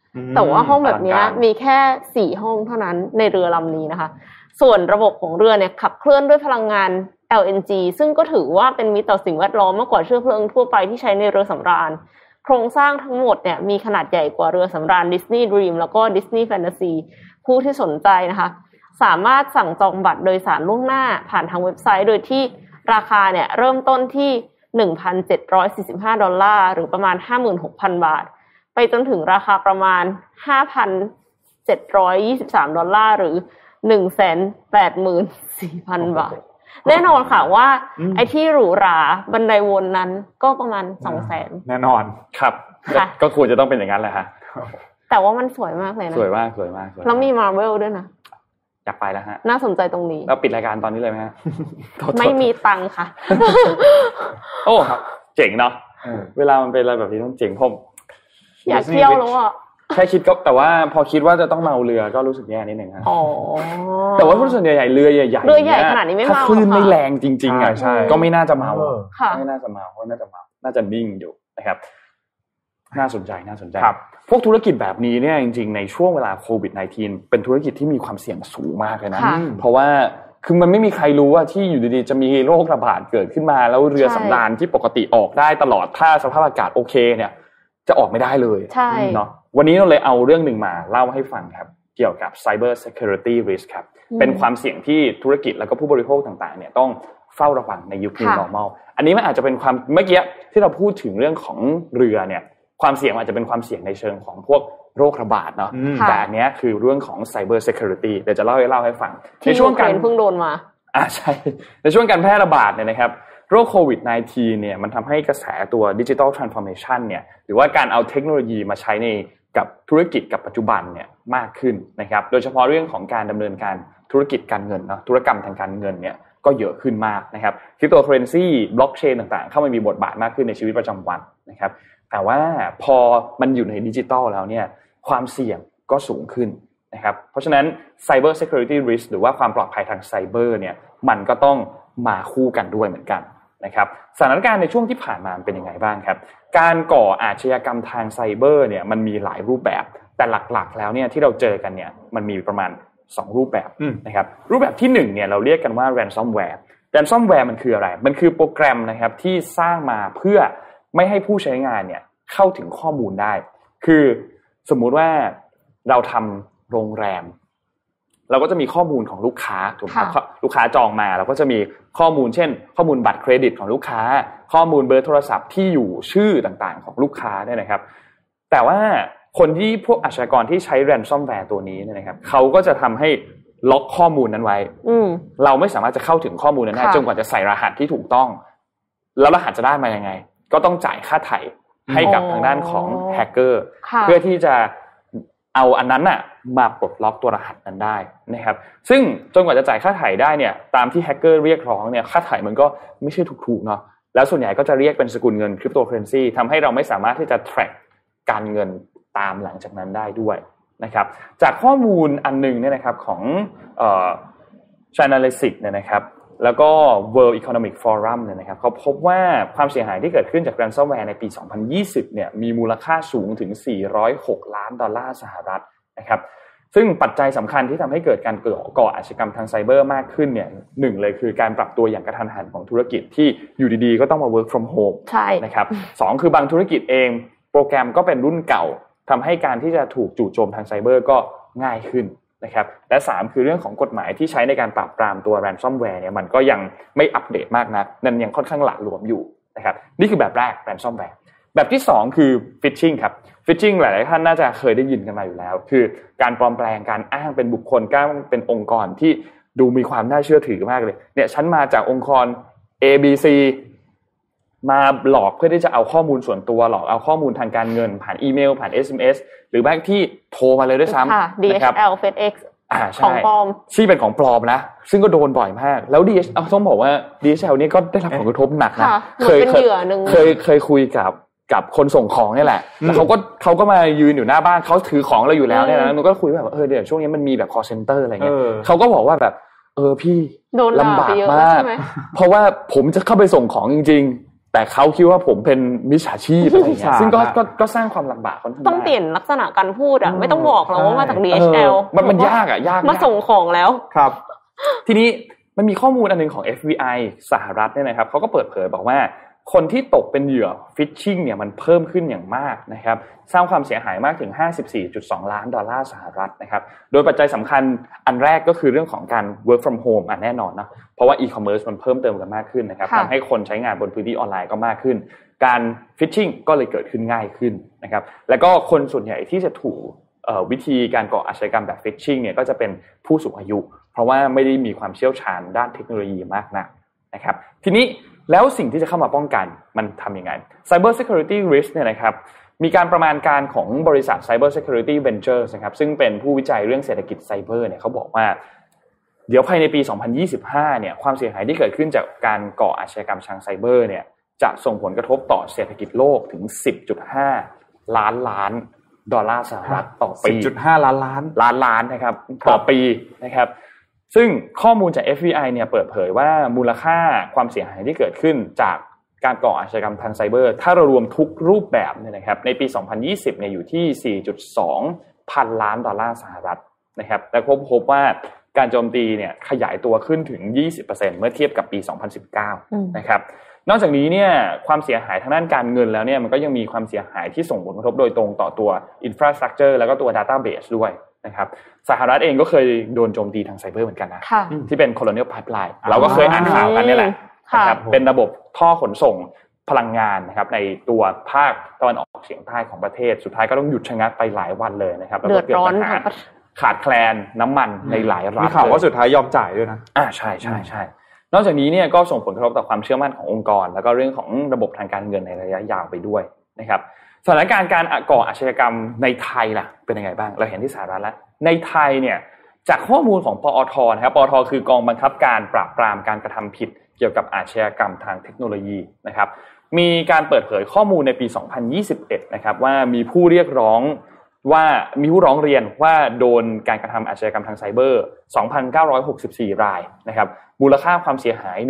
แต่ว่าห้องแบบนี้มีแค่4ห้องเท่านั้นในเรือลำนี้นะคะส่วนระบบของเรือเนี่ยขับเคลื่อนด้วยพลังงาน LNG ซึ่งก็ถือว่าเป็นมิตรต่อสิ่งแวดล้อมมากกว่าเชื้อเพลิงทั่วไปที่ใช้ในเรือสำราญโครงสร้างทั้งหมดเนี่ยมีขนาดใหญ่กว่าเรือสำราญ Disney Dream แล้วก็ Disney Fantasy ผู้ที่สนใจนะคะสามารถสั่งจองบัตรโดยสารล่วงหน้าผ่านทางเว็บไซต์โดยที่ราคาเนี่ยเริ่มต้นที่ $1,745 หรือประมาณ 56,000 บาทไปจนถึงราคาประมาณ $5,723 หรือ 184,000 บาทแน่นอนค่ะว่าไอ้ที่หรูหราบันไดวนนั้นก็ประมาณ 200,000 แน่นอนครับก็ควรจะต้องเป็นอย่างนั้นแหละฮะแต่ว่ามันสวยมากเลยนะสวยมากแล้วมี Marvel ด้วยนะอยากไปแล้วฮะน่าสนใจตรงนี้แล้วปิดรายการตอนนี้เลยไหมฮะไม่มีตังค์ค่ะโอ้ครับเจ๋งเนาะเวลามันเป็นอะไรแบบนี้ต้องเจ๋งผมอยากเที่ยวแล้วอ่ะแค่คิดก็แต่ว่าพอคิดว่าจะต้องเมาเรือก็รู้สึกแย่นิดนึงครับแต่ว่าผู้ส่วนใหญ่เรือใหญ่เรือใหญ่ขนาดนี้ไม่เมาถ้าคลื่นไม่แรงจริงๆอ่ะก็ไม่น่าจะเมาไม่น่าจะเมาเพราะน่าจะนิ่งอยู่นะครับน่าสนใจพวกธุรกิจแบบนี้เนี่ยจริงๆในช่วงเวลาโควิด -19 เป็นธุรกิจที่มีความเสี่ยงสูงมากเลยนะเพราะว่าคือมันไม่มีใครรู้ว่าที่อยู่ดีๆจะมีโรคระบาดเกิดขึ้นมาแล้วเรือสำราญที่ปกติออกได้ตลอดถ้าสภาพอากาศโอเคเนี่ยจะออกไม่ได้เลยเนาะวันนี้เราเลยเอาเรื่องหนึ่งมาเล่าให้ฟังครับเกี่ยวกับ Cyber Security Risk ครับเป็นความเสี่ยงที่ธุรกิจแล้วก็ผู้บริโภคต่างๆเนี่ยต้องเฝ้าระวังในยุค New Normal อันนี้มันอาจจะเป็นความเมื่อกี้ที่เราพูดถึงเรื่องของเรือเนี่ยความเสี่ยงอาจจะเป็นความเสี่ยงในเชิงของพวกโรคระบาดเนาะแต่อันนี้คือเรื่องของ Cyber Security เดี๋ยวจะเล่าให้ฟังในช่วงการเพิ่งโดนมาใช่ในช่วงการแพร่ระบาดเนี่ยนะครับโรคโควิด -19 เนี่ยมันทำให้กระแสตัว Digital Transformation เนี่ยหรือว่าการเอาเทคโนโลยีมาใช้ในกับธุรกิจกับปัจจุบันเนี่ยมากขึ้นนะครับโดยเฉพาะเรื่องของการดำเนินการธุรกิจการเงินเนาะธุรกรรมทางการเงินเนี่ยก็เยอะขึ้นมากนะครับคริปโตเคอเรนซีบล็อกเชนต่างๆเข้ามามีบทบาทมากขึ้นในชีวิตประจำวันนะครับแต่ว่าพอมันอยู่ในดิจิทัลแล้วเนี่ยความเสี่ยงก็สูงขึ้นนะครับเพราะฉะนั้น Cyber Security Risk หรือว่าความปลอดภัยทางไซเบอร์เนี่ยมันก็ต้องมาคู่กันด้วยเหมือนกันนะครับสถานการณ์ในช่วงที่ผ่านมาเป็นยังไงบ้างครับการก่ออาชญากรรมทางไซเบอร์เนี่ยมันมีหลายรูปแบบแต่หลักๆแล้วเนี่ยที่เราเจอกันเนี่ยมันมีประมาณ2รูปแบบนะครับรูปแบบที่1เนี่ยเราเรียกกันว่า ransomware มันคืออะไรมันคือโปรแกรมนะครับที่สร้างมาเพื่อไม่ให้ผู้ใช้งานเนี่ยเข้าถึงข้อมูลได้คือสมมุติว่าเราทำโรงแรมเราก็จะมีข้อมูลของลูกค้าถูกไหมครับลูกค้าจองมาเราก็จะมีข้อมูลเช่นข้อมูลบัตรเครดิตของลูกค้าข้อมูลเบอร์โทรศัพท์ที่อยู่ชื่อต่างๆของลูกค้าเนี่ยนะครับแต่ว่าคนที่พวกอาชญากรที่ใช้ ransomware ตัวนี้เนี่ยนะครับเขาก็จะทำให้ล็อกข้อมูลนั้นไว้เราไม่สามารถจะเข้าถึงข้อมูลนั้นได้จนกว่าจะใส่รหัสที่ถูกต้องแล้วรหัสจะได้มายังไงก็ต้องจ่ายค่าไถ่ให้กับทางด้านของแฮกเกอร์เพื่อที่จะเอาอันนั้นน่ะมาปลดล็อกตัวรหัสนั้นได้นะครับซึ่งจนกว่าจะจ่ายค่าไถ่ได้เนี่ยตามที่แฮกเกอร์เรียกร้องเนี่ยค่าไถ่มันก็ไม่ใช่ถูกๆเนาะแล้วส่วนใหญ่ก็จะเรียกเป็นสกุลเงินคริปโตเคอเรนซีทำให้เราไม่สามารถที่จะ track การเงินตามหลังจากนั้นได้ด้วยนะครับจากข้อมูลอันนึงเนี่ยนะครับของChainalysis เนี่ยนะครับแล้วก็ World Economic Forum เนี่ยนะครับเขาพบว่าความเสียหายที่เกิดขึ้นจาก ransomware ในปี 2020 เนี่ยมีมูลค่าสูงถึง$406 ล้านสหรัฐนะครับซึ่งปัจจัยสำคัญที่ทำให้เกิดการก่ออาชญากรรมทางไซเบอร์มากขึ้นเนี่ยหนึ่งเลยคือการปรับตัวอย่างกระทันหันของธุรกิจที่อยู่ดีๆก็ต้องมา work from home นะครับสองคือบางธุรกิจเองโปรแกรมก็เป็นรุ่นเก่าทำให้การที่จะถูกจู่โจมทางไซเบอร์ก็ง่ายขึ้นนะครับและ3คือเรื่องของกฎหมายที่ใช้ในการปราบปรามตัว ransomware เนี่ยมันก็ยังไม่อัปเดตมากนักนั่นยังค่อนข้างหละหลวมอยู่นะครับนี่คือแบบแรก ransomware แบบที่2คือ phishing ครับ phishing หลายๆท่านน่าจะเคยได้ยินกันมาอยู่แล้วคือการปลอมแปลงการอ้างเป็นบุคคลอ้างเป็นองค์กรที่ดูมีความน่าเชื่อถือมากเลยเนี่ยฉันมาจากองค์กร ABC มาหลอกเพื่อที่จะเอาข้อมูลส่วนตัวหลอกเอาข้อมูลทางการเงินผ่านอีเมลผ่าน SMS หรือบางที่โทรมาเลยด้วยซ้ำนะครับ DHL FedEx ของปลอมที่เป็นของปลอมนะซึ่งก็โดนบ่อยมากแล้ว DHL ต้องบอกว่า DHL นี่ก็ได้รับผลกระทบหนักนะเคยคุยกับคนส่งของนี่แหละแล้วเขาก็มายืนอยู่หน้าบ้านเขาถือของเราอยู่แล้วเนี่ยนะมันก็คุยแบบเดี๋ยวช่วงนี้มันมีแบบ call center อะไรเงี้ยเขาก็บอกว่าแบบพี่ลำบากมากเพราะว่าผมจะเข้าไปส่งของจริงแต่เขาคิดว่าผมเป็นมิจฉาชีพอะไรอย่างเงี้ยซึ่งก็สร้างความลำบากค่อนข้างต้องเปลี่ยนลักษณะการพูดอ่ะไม่ต้องบอกเราว่ามาจาก DHL มันยากมาส่งของแล้วครับทีนี้มันมีข้อมูลอันนึงของ FBI สหรัฐเนี่ยนะครับเขาก็เปิดเผยบอกว่าคนที่ตกเป็นเหยื่อฟิชชิงเนี่ยมันเพิ่มขึ้นอย่างมากนะครับสร้างความเสียหายมากถึง 54.2 ล้านดอลลาร์สหรัฐนะครับโดยปัจจัยสำคัญอันแรกก็คือเรื่องของการ work from home แน่นอนนะเพราะว่า e-commerce มันเพิ่มเติมกันมากขึ้นนะครับทำให้คนใช้งานบนพื้นที่ออนไลน์ก็มากขึ้นการฟิชชิงก็เลยเกิดขึ้นง่ายขึ้นนะครับแล้วก็คนส่วนใหญ่ที่จะถูกวิธีการก่ออาชญากรรมแบบฟิชชิงเนี่ยก็จะเป็นผู้สูงอายุเพราะว่าไม่ได้มีความเชี่ยวชาญด้านเทคโนโลยีมากนักนะครับทีนี้แล้วสิ่งที่จะเข้ามาป้องกันมันทำยังไง Cyber Security Risk เนี่ยนะครับมีการประมาณการของบริษัท Cyber Security Ventures นะครับซึ่งเป็นผู้วิจัยเรื่องเศรษฐกิจไซเบอร์เนี่ยเขาบอกว่าเดี๋ยวภายในปี 2025 เนี่ยความเสียหายที่เกิดขึ้นจากการก่ออาชญากรรมทางไซเบอร์เนี่ยจะส่งผลกระทบต่อเศรษฐกิจโลกถึง 10.5 ล้านดอลลาร์สหรัฐต่อปี 10.5 ล้านนะครับต่อปีนะครับซึ่งข้อมูลจาก FBI เนี่ยเปิดเผยว่ามูลค่าความเสียหายที่เกิดขึ้นจากการก่ออาชญากรรมทางไซเบอร์ถ้าเรารวมทุกรูปแบบเนี่ยนะครับในปี 2020 เนี่ยอยู่ที่ 4.2 พันล้านดอลลาร์สหรัฐนะครับและพบว่าการโจมตีเนี่ยขยายตัวขึ้นถึง 20% เมื่อเทียบกับปี 2019 นะครับนอกจากนี้เนี่ยความเสียหายทางด้านการเงินแล้วเนี่ยมันก็ยังมีความเสียหายที่ส่งผลกระทบโดยตรงต่อตัว infrastructure แล้วก็ตัว database ด้วยนะครับสหรัฐเองก็เคยโดนโจมตีทางไซเบอร์เหมือนกันนะที่เป็น Colonial Pipeline เราก็เคยอ่านข่าวกันนี่แหละนะครับเป็นระบบท่อขนส่งพลังงานนะครับในตัวภาคตะวันออกเฉียงใต้ของประเทศสุดท้ายก็ต้องหยุดชะงักไปหลายวันเลยนะครับแล้วก็เกิดปัญหาขาดแคลนน้ำมันในหลายรัฐมีข่าวว่าสุดท้ายยอมจ่ายด้วยนะใช่นอกจากนี้เนี่ยก็ส่งผลกระทบต่อความเชื่อมั่นขององค์กรแล้วก็เรื่องของระบบทางการเงินในระยะยาวไปด้วยนะครับสถานการณ์การก่ออาชญากรรมในไทยล่ะเป็นยังไงบ้างเราเห็นที่สหรัฐแล้วในไทยเนี่ยจากข้อมูลของปอท.นะครับปอท.คือกองบังคับการปราบปรามการกระทำผิดเกี่ยวกับอาชญากรรมทางเทคโนโลยีนะครับมีการเปิดเผยข้อมูลในปี 2021 นะครับว่ามีผู้เรียกร้องว่ามีผู้ร้องเรียนว่าโดนการกระทำอาชญากรรมทางไซเบอร์ 2,964 รายนะครับมูลค่าความเสียหาย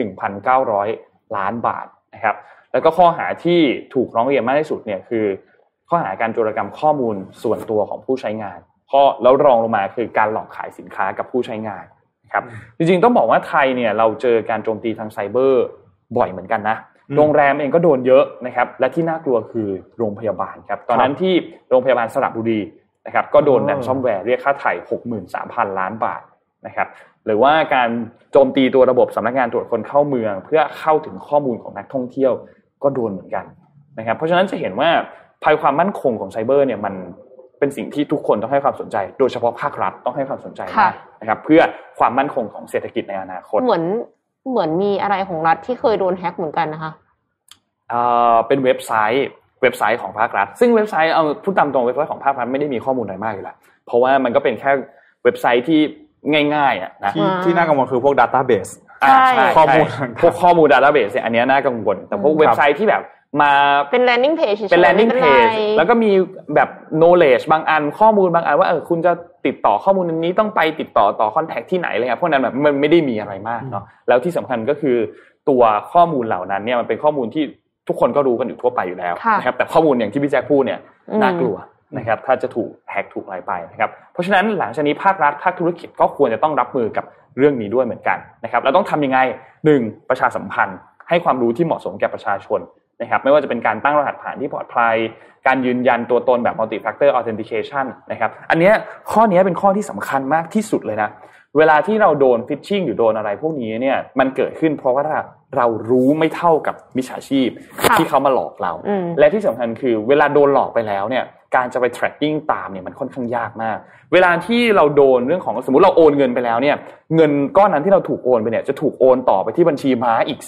1,900 ล้านบาทนะครับแล้วก็ข้อหาที่ถูกร้องเรียนมากที่สุดเนี่ยคือข้อหาการโจรกรรมข้อมูลส่วนตัวของผู้ใช้งานแล้วรองลงมาคือการหลอกขายสินค้ากับผู้ใช้งานนะครับจริงๆต้องบอกว่าไทยเนี่ยเราเจอการโจมตีทางไซเบอร์บ่อยเหมือนกันนะโรงแรมเองก็โดนเยอะนะครับและที่น่ากลัวคือโรงพยาบาลครับตอนนั้นที่โรงพยาบาลสระบุรีนะครับก็โดนแรนซอมแวร์เรียกค่าไถ่ 63,000 ล้านบาทนะครับหรือว่าการโจมตีตัวระบบสำนักงานตรวจคนเข้าเมืองเพื่อเข้าถึงข้อมูลของนักท่องเที่ยวก็โดนเหมือนกันนะครับเพราะฉะนั้นจะเห็นว่าภัยความมั่นคงของไซเบอร์เนี่ยมันเป็นสิ่งที่ทุกคนต้องให้ความสนใจโดยเฉพาะภาครัฐต้องให้ความสนใจนะครับเพื่อความมั่นคงของเศรษฐกิจในอนาคตเหมือนมีอะไรของรัฐที่เคยโดนแฮ็กเหมือนกันนะคะเป็นเว็บไซต์ของภาครัฐซึ่งเว็บไซต์เอาพูดตามตรงเว็บไซต์ของภาครัฐไม่ได้มีข้อมูลอะไรมากอยู่แล้วเพราะว่ามันก็เป็นแค่เว็บไซต์ที่ง่ายๆนะที่น่ากังวลคือพวก database ใช่ข้อมูล database เนี่ยอันนี้น่ากังวลแต่พวกเว็บไซต์ที่แบบมาเป็น landing page เป็น landing page แล้วก็มีแบบ knowledge บางอันข้อมูลบางอันว่าคุณจะติดต่อข้อมูลนี้ต้องไปติดต่อ contact ที่ไหนเลยครับพวกนั้นแบบมันไม่ได้มีอะไรมากเนาะแล้วที่สำคัญก็คือตัวข้อมูลเหล่านั้นเนี่ยมันเป็นข้อมูลที่ทุกคนก็รู้กันอยู่ทั่วไปอยู่แล้วนะครับแต่ข้อมูลอย่างที่พี่แจ็คพูดเนี่ยน่ากลัวนะครับถ้าจะถูกแฮกถูกอะไรไปนะครับเพราะฉะนั้นหลังจากนี้ภาครัฐภาคธุรกิจก็ควรจะต้องรับมือกับเรื่องนี้ด้วยเหมือนกันนะครับแล้วต้องทำยังไง1ประชาสัมพันธ์ให้ความรู้ที่เหมาะสมแก่ประชาชนนะครับไม่ว่าจะเป็นการตั้งรหัสผ่านที่ปลอดภัยการยืนยันตัวตนแบบ multi factor authentication นะครับอันนี้ข้อนี้เป็นข้อที่สำคัญมากที่สุดเลยนะเวลาที่เราโดนฟิชชิงหรือโดนอะไรพวกนี้เนี่ยมันเกิดขึ้นเพราะว่าเรารู้ไม่เท่ากับมิจฉาชีพที่เขามาหลอกเราและที่สำคัญคือเวลาโดนหลอกไปแล้วเนี่ยการจะไป tracking ตามเนี่ยมันค่อนข้างยากมากเวลาที่เราโดนเรื่องของสมมุติเราโอนเงินไปแล้วเนี่ยเงินก้อนนั้นที่เราถูกโอนไปเนี่ยจะถูกโอนต่อไปที่บัญชีม้าอีก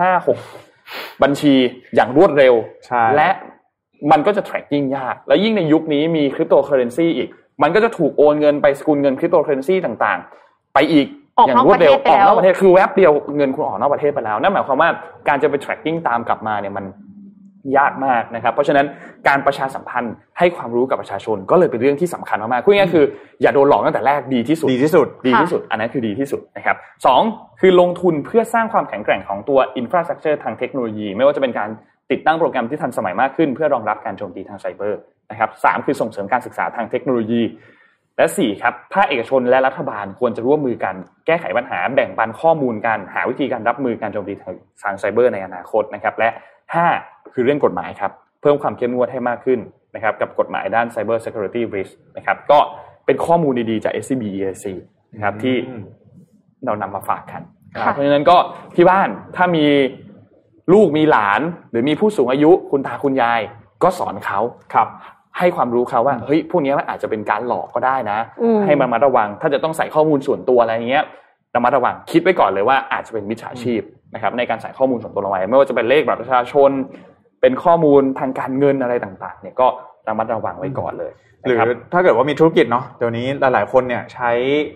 4-5-6 บัญชีอย่างรวดเร็วและมันก็จะ tracking ยากแล้วยิ่งในยุคนี้มี cryptocurrency อีกมันก็จะถูกโอนเงินไปสกุลเงิน cryptocurrency ต่างๆไปอีกอย่างรวดเร็วออกนอกประเทศคือแวบเดียวเงินคุณออกนอกประเทศไปแล้วนั่นหมายความว่าการจะไป tracking ตามกลับมาเนี่ยมันยากมากนะครับเพราะฉะนั้นการประชาสัมพันธ์ให้ความรู้กับประชาชนก็เลยเป็นเรื่องที่สำคัญมากๆพูดง่ายๆคืออย่าโดนหลอกตั้งแต่แรกดีที่สุดอันนั้นคือดีที่สุดนะครับ2คือลงทุนเพื่อสร้างความแข็งแกร่งของตัว infrastructure ทางเทคโนโลยีไม่ว่าจะเป็นการติดตั้งโปรแกรมที่ทันสมัยมากขึ้นเพื่อรองรับการโจมตีทางไซเบอร์นะครับ3คือส่งเสริมการศึกษาทางเทคโนโลยีและ4ครับภาคเอกชนและรัฐบาลควรจะร่วมมือกันแก้ไขปัญหาแบ่งปันข้อมูลกันหาวิธีการรับมือการโจมตีทางไซเบอร์ในอนาคตนะครับและ5คือเรื่องกฎหมายครับเพิ่มความเข้มงวดให้มากขึ้นนะครับกับกฎหมายด้าน Cyber Security Risk นะครับก็เป็นข้อมูลดีๆจาก SCB EAC นะครับที่เรานำมาฝากกันเพราะฉะนั้นก็ที่บ้านถ้ามีลูกมีหลานหรือมีผู้สูงอายุคุณตาคุณยายก็สอนเขาครับให้ความรู้เขาว่าเฮ้ยพวกนี้มันอาจจะเป็นการหลอกก็ได้นะให้ระมัดระวังถ้าจะต้องใส่ข้อมูลส่วนตัวอะไรอย่างเงี้ยระมัดระวังคิดไว้ก่อนเลยว่าอาจจะเป็นมิจฉาชีพนะครับในการใส่ข้อมูลส่วนตัวลงไปไม่ว่าจะเป็นเลขบัตรประชาชนเป็นข้อมูลทางการเงินอะไรต่างๆเนี่ยก็ระมัดระวังไว้ก่อนเลยหรือถ้าเกิดว่ามีธุรกิจเนาะเดี๋ยวนี้หลายๆคนเนี่ยใช้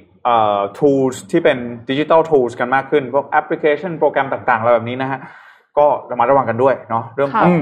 tools ที่เป็น digital tools กันมากขึ้นพวกแอปพลิเคชันโปรแกรมต่างๆอะไรแบบนี้นะฮะก็ระมัดระวังกันด้วยเนาะเรื่องของ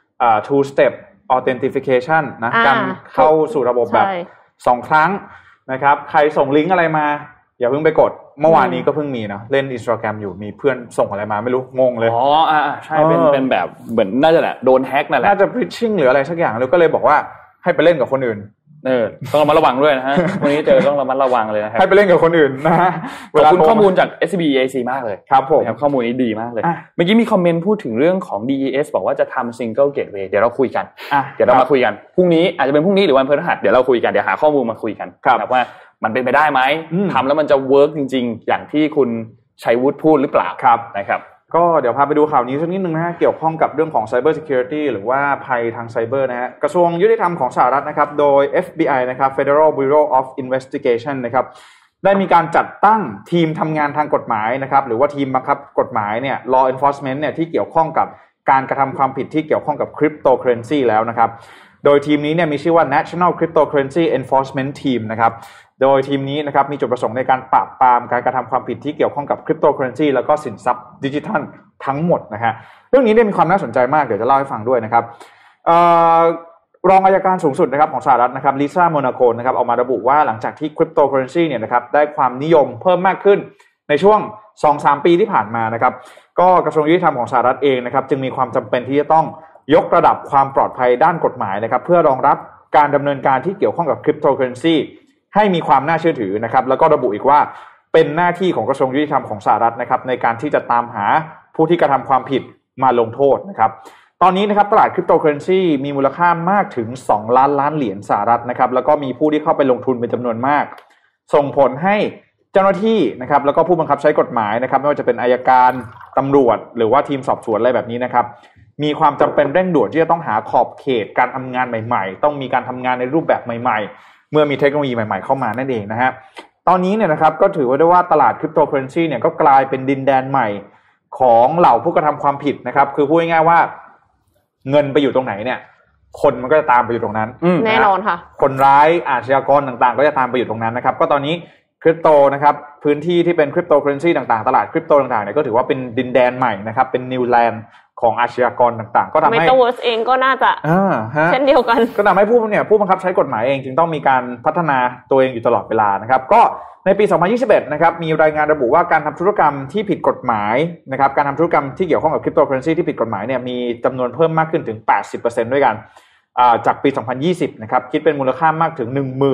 two step authentication นะการเข้าสู่ระบบแบบ2ครั้งนะครับใครส่งลิงก์อะไรมาอย่าเพิ่งไปกดเมื่อวานนี้ก็เพิ่งมีเนาะเล่น Instagram อยู่มีเพื่อนส่งอะไรมาไม่รู้งงเลยใช่เป็นแบบเหมือนน่าจะแหละโดนแฮ็กนั่นแหละน่าจะ phishing หรืออะไรสักอย่างแล้วก็เลยบอกว่าให้ไปเล่นกับคนอื่นต้องระมัดระวังด้วยนะฮะวันนี้เจอต้องระมัดระวังเลยนะครับให้ไปเล่นกับคนอื่นนะฮะขอบคุณข้อมูลจาก SCB EAC มากเลยครับผมข้อมูลนี้ดีมากเลยเมื่อกี้มีคอมเมนต์พูดถึงเรื่องของ DES บอกว่าจะทำ Single Gateway เดี๋ยวเราคุยกันเดี๋ยวเรามาคุยกันพรุ่งนี้อาจจะเป็นพรุ่งนี้หรือวันพฤหัสเดี๋ยวเราคุยกันเดี๋ยวหาข้อมูลมาคุยกันครับว่ามันเป็นไปได้ไหมทำแล้วมันจะเวิร์กจริงๆอย่างที่คุณชัยวุฒิพูดหรือเปล่านะครับก็เดี๋ยวพาไปดูข่าวนี้สักนิดนึงนะฮะเกี่ยวข้องกับเรื่องของ Cyber Security หรือว่าภัยทางไซเบอร์นะฮะกระทรวงยุติธรรมของสหรัฐนะครับโดย FBI นะครับ Federal Bureau of Investigation นะครับได้มีการจัดตั้งทีมทำงานทางกฎหมายนะครับหรือว่าทีมบังคับกฎหมายเนี่ย Law Enforcement เนี่ยที่เกี่ยวข้องกับการกระทำความผิดที่เกี่ยวข้องกับ Cryptocurrency แล้วนะครับโดยทีมนี้เนี่ยมีชื่อว่า National Cryptocurrency Enforcement Team นะครับโดยทีมนี้นะครับมีจุดประสงค์ในการปราบปรามการกระทำความผิดที่เกี่ยวข้องกับ Cryptocurrency แล้วก็สินทรัพย์ดิจิทัลทั้งหมดนะฮะเรื่องนี้เนี่ยมีความน่าสนใจมากเดี๋ยวจะเล่าให้ฟังด้วยนะครับรองอัยการสูงสุดนะครับของสหรัฐนะครับลิซ่าโมนาโกนะครับออกมาระบุว่าหลังจากที่ Cryptocurrency เนี่ยนะครับได้ความนิยมเพิ่มมากขึ้นในช่วง 2-3 ปีที่ผ่านมานะครับก็กระทรวงยุติธรรมของสหรัฐเองนะครับจึงมีความจำเป็นที่จะต้องยกระดับความปลอดภัยด้านกฎหมายนะครับเพื่อรองรับการดำเนินการที่เกี่ยวข้องกับ Cryptocurrency ให้มีความน่าเชื่อถือนะครับแล้วก็ระบุอีกว่าเป็นหน้าที่ของกระทรวงยุติธรรมของสหรัฐนะครับในการที่จะตามหาผู้ที่กระทำความผิดมาลงโทษนะครับตอนนี้นะครับตลาด Cryptocurrency มีมูลค่ามากถึง2 ล้านล้านเหรียญสหรัฐนะครับแล้วก็มีผู้ที่เข้าไปลงทุนเป็นจำนวนมากส่งผลให้เจ้าหน้าที่นะครับแล้วก็ผู้บังคับใช้กฎหมายนะครับไม่ว่าจะเป็นอัยการตำรวจหรือว่าทีมสอบสวนอะไรแบบนี้นะครับมีความจำเป็นเร่งด่วนที่จะต้องหาขอบเขตการทำงานใหม่ๆต้องมีการทำงานในรูปแบบใหม่ๆเมื่อมีเทคโนโลยีใหม่ๆเข้ามานั่นเองนะฮะตอนนี้เนี่ยนะครับก็ถือว่าได้ว่าตลาด Cryptocurrency เนี่ยก็กลายเป็นดินแดนใหม่ของเหล่าผู้กระทำความผิดนะครับคือพูดง่ายๆว่าเงินไปอยู่ตรงไหนเนี่ยคนมันก็จะตามไปอยู่ตรงนั้นแน่นอนค่ะคนร้ายอาชญากรต่างๆก็จะตามไปอยู่ตรงนั้นนะครับก็ตอนนี้คริปโตนะครับพื้นที่ที่เป็นคริปโตเคอเรนซีต่างๆตลาดคริปโตต่างๆเนี่ยก็ถือว่าเป็นดินแดนใหม่นะครับเป็นนิวแลนด์ของอาชญากรต่างๆก็ทำให้ Metaverse เองก็น่าจะเช่นเดียวกันก็ทำให้ผู้บังคับใช้กฎหมายเองจึงต้องมีการพัฒนาตัวเองอยู่ตลอดเวลานะครับก็ในปี 2021 นะครับมีรายงานระบุว่าการทำธุรกรรมที่ผิดกฎหมายนะครับการทำธุรกรรมที่เกี่ยวข้องกับคริปโตเคอเรนซีที่ผิดกฎหมายเนี่ยมีจำนวนเพิ่มมากขึ้นถึง 80% ด้วยกันจากปี 2020 นะครับคิดเป็นมูลค่ามากถึง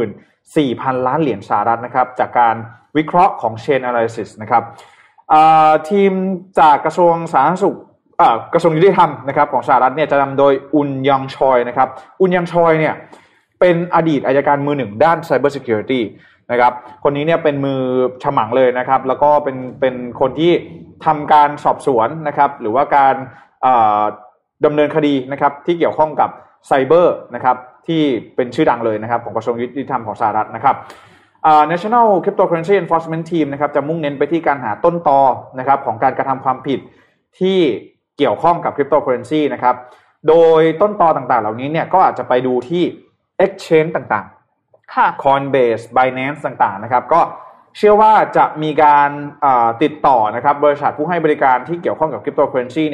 14,000 ล้านเหรียญสหรัฐนะครับจากการวิเคราะห์ของ Chain Analysis นะครับทีมจากกระทรวงสาธารณสุขกระทรวงยุติธรรมนะครับของสหรัฐเนี่ยจะนำโดยอุนยังชอยนะครับอุนยังชอยเนี่ยเป็นอดีตอัยการมือหนึ่งด้าน Cyber Security นะครับคนนี้เนี่ยเป็นมือฉมังเลยนะครับแล้วก็เป็นคนที่ทำการสอบสวนนะครับหรือว่าการดำเนินคดีนะครับที่เกี่ยวข้องกับไซเบอร์นะครับที่เป็นชื่อดังเลยนะครับของกระทรวงยุติธรรมของสหรัฐนะครับNational Cryptocurrency Enforcement Team นะครับจะมุ่งเน้นไปที่การหาต้นตอนะครับของการกระทำความผิดที่เกี่ยวข้องกับ Cryptocurrency นะครับโดยต้นตอต่างๆเหล่านี้เนี่ยก็อาจจะไปดูที่ Exchange ต่างๆค่ะ Coinbase Binance ต่างๆนะครับก็เชื่อว่าจะมีการติดต่อนะครับบริษัทผู้ให้บริการที่เกี่ยวข้องกับ Cryptocurrency เนี่ย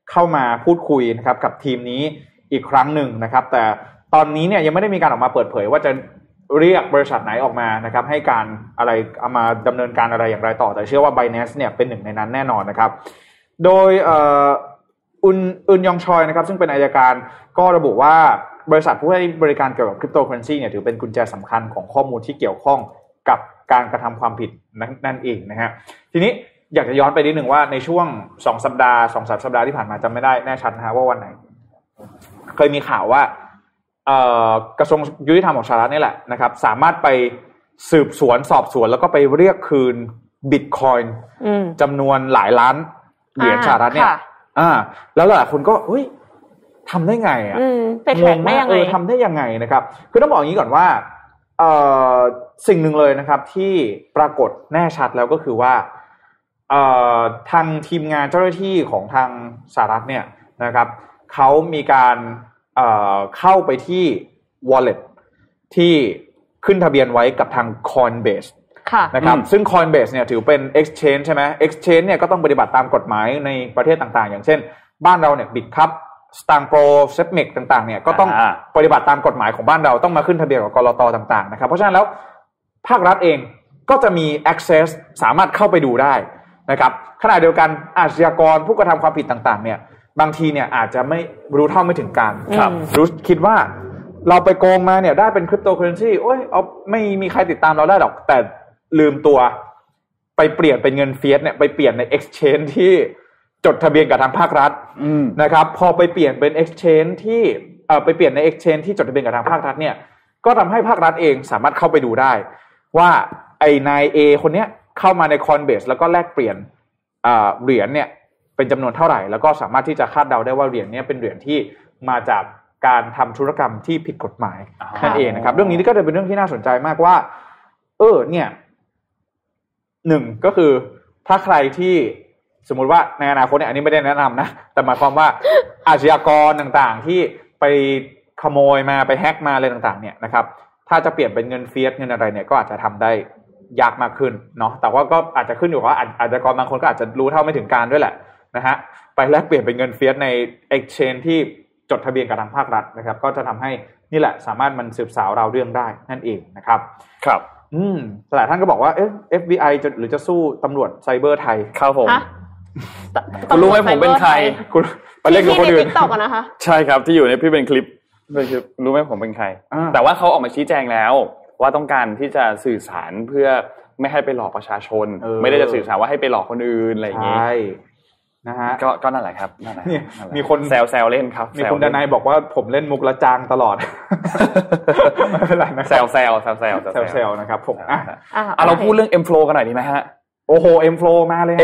เข้ามาพูดคุยนะครับกับทีมนี้อีกครั้งหนึ่งนะครับแต่ตอนนี้เนี่ยยังไม่ได้มีการออกมาเปิดเผยว่าจะเรียกบริษัทไหนออกมานะครับให้การอะไรเอามาดำเนินการอะไรอย่างไรต่อแต่เชื่อว่า Binance เนี่ยเป็นหนึ่งในนั้นแน่นอนนะครับโดยอุนยองชอยนะครับซึ่งเป็นอัยการก็ระบุว่าบริษัทผู้ให้บริการเกี่ยวกับคริปโตเคอเรนซีเนี่ยถือเป็นกุญแจสำคัญของข้อมูลที่เกี่ยวข้องกับการกระทำความผิดนั่นเองนะฮะทีนี้อยากจะย้อนไปนิดหนึ่งว่าในช่วง2 สัปดาห์ 2-3 สัปดาห์ที่ผ่านมาจำไม่ได้แน่ชัดนะฮะว่าวันไหนเคยมีข่าวว่ากระทรวงยุติธรรมของสหรัฐนี่แหละนะครับสามารถไปสืบสวนสอบสวนแล้วก็ไปเรียกคืน Bitcoin จำนวนหลายล้านเหรียญสหรัฐเนี่ยแล้วหลายคนก็ทำได้ไงอ่ะไปแทร็กได้ยังไงทำได้ยังไงนะครับคือต้องบอกอย่างนี้ก่อนว่าสิ่งหนึ่งเลยนะครับที่ปรากฏแน่ชัดแล้วก็คือว่าทางทีมงานเจ้าหน้าที่ของทางสหรัฐเนี่ยนะครับเขามีการเข้าไปที่ wallet ที่ขึ้นทะเบียนไว้กับทาง Coinbase นะครับซึ่ง Coinbase เนี่ยถือเป็น exchange ใช่ไหม exchange เนี่ยก็ต้องปฏิบัติตามกฎหมายในประเทศต่างๆอย่างเช่นบ้านเราเนี่ย Bitcup Stanpro Sepmex ต่างๆเนี่ยก็ต้องปฏิบัติตามกฎหมายของบ้านเราต้องมาขึ้นทะเบียนกับกลตต่างๆนะครับเพราะฉะนั้นแล้วภาครัฐเองก็จะมี access สามารถเข้าไปดูได้นะครับขณะเดียวกันอาชญากรผู้กระทำความผิดต่างๆเนี่ยบางทีเนี่ยอาจจะไม่รู้เท่าไม่ถึงการรู้คิดว่าเราไปโกงมาเนี่ยได้เป็นคริปโตเคอเรนซีเอาไม่มีใครติดตามเราได้หรอกแต่ลืมตัวไปเปลี่ยนเป็นเงินเฟียสเนี่ยไปเปลี่ยนใน exchange ที่จดทะเบียนกับทางภาครัฐนะครับพอไปเปลี่ยนเป็น exchange ที่ไปเปลี่ยนใน exchange ที่จดทะเบียนกับทางภาครัฐเนี่ยก็ทำให้ภาครัฐเองสามารถเข้าไปดูได้ว่าไอ้นาย A คนเนี้ยเข้ามาใน Coinbase แล้วก็แลกเปลี่ยนเหรียญเนี่ยเป็นจำนวนเท่าไหร่แล้วก็สามารถที่จะคาดเดาได้ว่าเหรียญนี้เป็นเหรียญที่มาจากการทำธุรกรรมที่ผิดกฎหมายนั่นเองนะครับเรื่องนี้ก็จะเป็นเรื่องที่น่าสนใจมากว่าเนี่ยหนึ่งก็คือถ้าใครที่สมมุติว่าในอนาคตเนี่ยอันนี้ไม่ได้แนะนำนะแต่หมายความว่าอาชญากรต่างๆที่ไปขโมยมาไปแฮกมาอะไรต่างๆเนี่ยนะครับถ้าจะเปลี่ยนเป็นเงินเฟียสเงินอะไรเนี่ยก็อาจจะทำได้ยากมากขึ้นเนาะแต่ว่าก็อาจจะขึ้นอยู่ว่าอาชญากรบางคนก็อาจจะรู้เท่าไม่ถึงการด้วยแหละนะฮะไปแลกเปลี่ยนเป็นเงินเฟียสใน exchange ที่จดทะเบียนกับทางภาครัฐนะครับก็จะทำให้นี่แหละสามารถมันสืบสาวราวเรื่องได้นั่นเองนะครับครับหลายท่านก็บอกว่าFBI หรือจะสู้ตำรวจไซเบอร์ไทยครับผมคุณรู้ไหมผมเป็นใครคุณไปเล่นกับคนอื่น TikTok อ่ะนะคะใช่ครับที่อยู่ในพี่เป็นคลิปรู้ไหมผมเป็นใครแต่ว่าเขาออกมาชี้แจงแล้วว่าต้องการที่จะสื่อสารเพื่อไม่ให้ไปหลอกประชาชนไม่ได้จะสื่อสารว่าให้ไปหลอกคนอื่นอะไรอย่างงี้ใช่นะฮะก็นั่นแหละครับนั่นแหละมีคนแซวเล่นครับมีคุณดนายบอกว่าผมเล่นมุกละจางตลอดไม่เป็นไรนะแซวนะครับผมเราพูดเรื่อง M-Flow กันหน่อยดีไหมฮะโอ้โห M-Flow มาเลยฮะ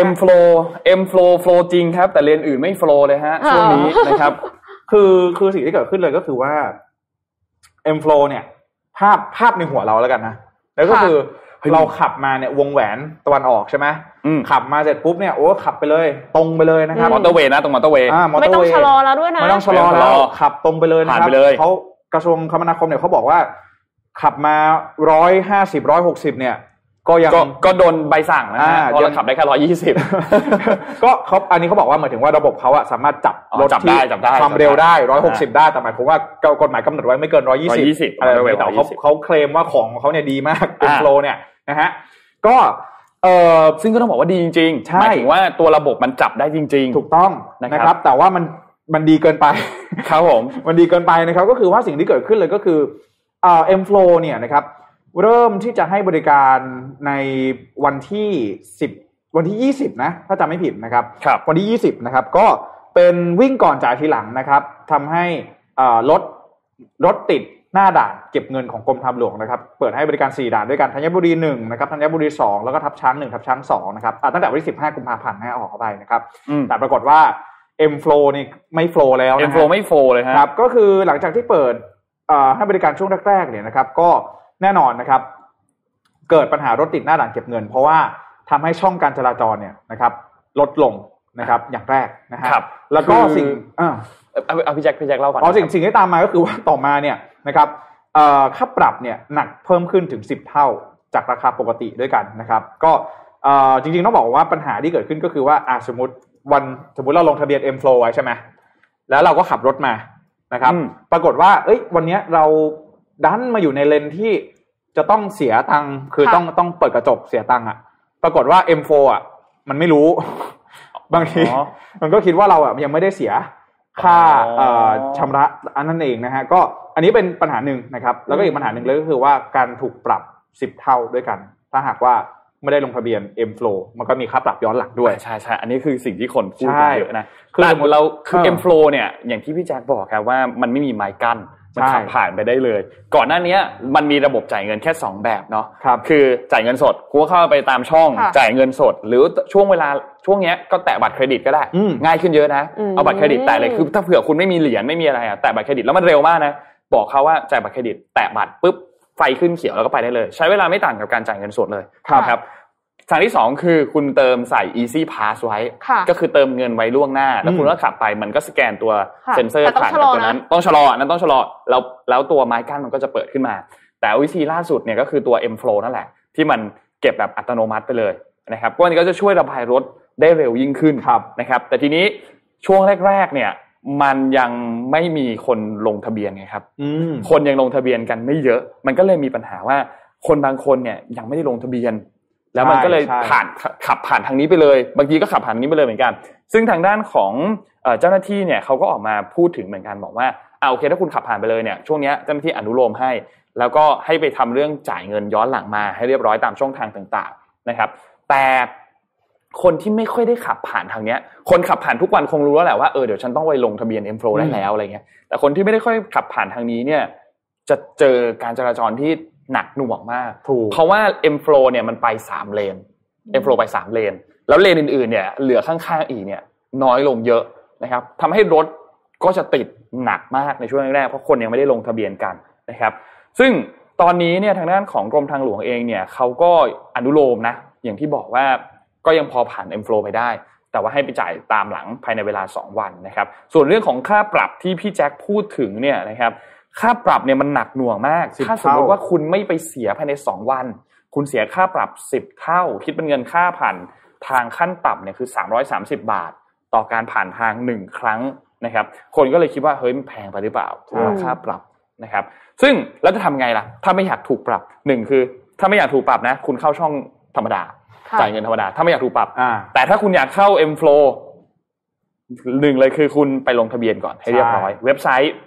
M-Flow จริงครับแต่เรียนอื่นไม่ flow เลยฮะช่วงนี้นะครับคือสิ่งที่เกิดขึ้นเลยก็คือว่า M-Flow เนี่ยภาพในหัวเราแล้วกันนะแล้วก็คือเราขับมาเนี่ยวงแหวนตะวันออกใช่ไหมขับมาเสร็จปุ๊บเนี่ยขับไปเลยตรงไปเลยนะครับมอเตอร์เวย์นะตรงมอเตอร์เวย์ไม่ต้องชะลอแล้วด้วยนะไม่ต้องชะลอแล้วขับตรงไปเลยนะครับเขากระทรวงคมนาคมเนี่ยเขาบอกว่าขับมา150 160เนี่ยก็โดนใบสั่งนะฮะเพราะเราขับได้แค่120 ก็เขาอันนี้เขาบอกว่าหมายถึงว่าระบบเขาอะสามารถจับรถที่ความเร็วได้160ได้แต่หมายความว่ากฎหมายกำหนดไว้ไม่เกิน120อะไรแบบนี้แต่เขาเคลมว่าของเขาเนี่ยดีมากเป็นโฟลว์เนี่ยนะฮะก็ซึ่งก็ต้องบอกว่าดีจริงๆหมายถึงว่าตัวระบบมันจับได้จริงๆถูกต้องนะครับแต่ว่ามันดีเกินไปครับผมมันดีเกินไปนะครับก็คือว่าสิ่งที่เกิดขึ้นเลยก็คือM-Flow เนี่ยนะครับเริ่มที่จะให้บริการในวันที่20นะถ้าจำไม่ผิดนะครับวันที่20นะครับก็เป็นวิ่งก่อนจ่ายทีหลังนะครับทำให้รถติดหน้าด่านเก็บเงินของกรมทางหลวงนะครับเปิดให้บริการ4ด่านด้วยกันธัญบุรี1นะครับธัญบุรี2แล้วก็ทับช้าง1ทับช้าง2นะครับตั้งแต่วันที่15กุมภาพันธ์ให้ออกเข้าไปนะครับแต่ปรากฏว่า M-Flow นี่ไม่ flow แล้วนะ M-Flow ไม่ flow เลยครับก็คือหลังจากที่เปิดให้บริการช่วงแรกๆเนี่ยนะครับก็แน่นอนนะครับเกิดปัญหารถติดหน้าด่านเก็บเงินเพราะว่าทำให้ช่องการจราจรเนี่ยนะครับลดลงนะครับอย่างแรกนะฮะแล้วก็สิ่งเอาพี่แจ็คเล่าก่อนสิ่งที่ตามมาก็คือว่าต่อมาเนี่ยนะครับค่าปรับเนี่ยหนักเพิ่มขึ้นถึง10เท่าจากราคาปกติด้วยกันนะครับก็จริงๆต้องบอกว่าปัญหาที่เกิดขึ้นก็คือว่าสมมติวันสมมุติเราลงทะเบียน M-Flow ไว้ใช่ไหมแล้วเราก็ขับรถมานะครับปรากฏว่าวันนี้เราดันมาอยู่ในเลนที่จะต้องเสียตังค์คือต้องเปิดกระจกเสียตังค์อ่ะปรากฏว่า M4 อ่ะมันไม่รู้บางทีมันก็คิดว่าเราอ่ะยังไม่ได้เสียค่าชำระอันนั้นเองนะฮะก็อันนี้เป็นปัญหาหนึ่งนะครับแล้วก็อีกปัญหาหนึ่งเลยก็คือว่าการถูกปรับ10เท่าด้วยกันถ้าหากว่าไม่ได้ลงทะเบียน M-Flow มันก็มีค่าปรับย้อนหลังด้วยใช่ๆอันนี้คือสิ่งที่คนพูดกันเยอะนะแต่เราคือ M-Flow เนี่ยอย่างที่พี่แจ็คบอกครับว่ามันไม่มีไม้กั้นมันขับผ่านไปได้เลยก่อนหน้านี้มันมีระบบจ่ายเงินแค่2แบบเนาะคือจ่ายเงินสดคุณก็เข้าไปตามช่องจ่ายเงินสดหรือช่วงเนี้ยก็แตะบัตรเครดิตก็ได้ง่ายขึ้นเยอะนะเอาบัตรเครดิตแตะเลยคือถ้าเผื่อคุณไม่มีเหรียญไม่มีอะไรแตะบัตรเครดิตแล้วมันเร็วมากนะบอกเขาว่าจ่ายบัตรเครดิตแตะบัตรปุ๊บไฟขึ้นเขียวแล้วก็ไปได้เลยใช้เวลาไม่ต่างกับการจ่ายเงินสดเลยครับทางที่2คือคุณเติมใส่ Easy Pass ไว้ก็คือเติมเงินไว้ล่วงหน้าแล้วคุณก็ขับไปมันก็สแกนตัวเซ็นเซอร์ผ่านตัวนั้นต้องชะลอนั้นต้องชะลอแล้วตัวไม้กั้นมันก็จะเปิดขึ้นมาแต่วิธีล่าสุดเนี่ยก็คือตัว M-Flow นั่นแหละที่มันเก็บแบบอัตโนมัติไปเลยนะครับก็อันนี้ก็จะช่วยระบายรถได้เร็วยิ่งขึ้นนะครับแต่ทีนี้ช่วงแรกๆเนี่ยมันยังไม่มีคนลงทะเบียนไงครับคนยังลงทะเบียนกันไม่เยอะมันก็เลยมีปัญหาว่าคนบางคนเนี่ยยังไม่ได้ลงทะเบียนแล้วมันก็เลยขับผ่านทางนี้ไปเลยบางทีก็ขับผ่านนี้ไปเลยเหมือนกันซึ่งทางด้านของเจ้าหน้าที่เนี่ยเขาก็ออกมาพูดถึงเหมือนกันบอกว่าโอเคถ้าคุณขับผ่านไปเลยเนี่ยช่วงนี้เจ้าหน้าที่อนุโลมให้แล้วก็ให้ไปทำเรื่องจ่ายเงินย้อนหลังมาให้เรียบร้อยตามช่องทางต่างๆนะครับแต่คนที่ไม่ค่อยได้ขับผ่านทางเนี้ยคนขับผ่านทุกวันคงรู้แล้วแหละว่าเดี๋ยวฉันต้องไปลงทะเบียน M-Flow ได้แล้วอะไรเงี้ยแต่คนที่ไม่ได้ค่อยขับผ่านทางนี้เนี่ยจะเจอการจราจรที่หนักหน่วงมากเพราะว่า M-Flow เนี่ยมันไป3เลน M-Flow ไป3เลนแล้วเลนอื่นๆเนี่ยเหลือข้างๆอีกเนี่ยน้อยลงเยอะนะครับทำให้รถก็จะติดหนักมากในช่วงแรกๆเพราะคนยังไม่ได้ลงทะเบียนกันนะครับซึ่งตอนนี้เนี่ยทางด้านของกรมทางหลวงเองเนี่ยเขาก็อนุโลมนะอย่างที่บอกว่าก็ยังพอผ่าน M-Flow ไปได้แต่ว่าให้ไปจ่ายตามหลังภายในเวลา2วันนะครับส่วนเรื่องของค่าปรับที่พี่แจ็คพูดถึงเนี่ยนะครับค่าปรับเนี่ยมันหนักหน่วงมากถ้าสมมติว่าคุณไม่ไปเสียภายใน2วันคุณเสียค่าปรับ10เท่าคิดเป็นเงินค่าผ่านทางขั้นต่ำเนี่ยคือ330บาทต่อการผ่านทาง1ครั้งนะครับคนก็เลยคิดว่าเฮ้ยมันแพงไปหรือเปล่าค่าปรับนะครับซึ่งแล้วจะทำไงล่ะถ้าไม่อยากถูกปรับ1คือถ้าไม่อยากถูกปรับนะคุณเข้าช่องธรรมดาจ่ายเงินธรรมดาถ้าไม่อยากถูกปรับแต่ถ้าคุณอยากเข้า M-Flow 1เลยคือคุณไปลงทะเบียนก่อนให้เรียบร้อยเว็บไซต์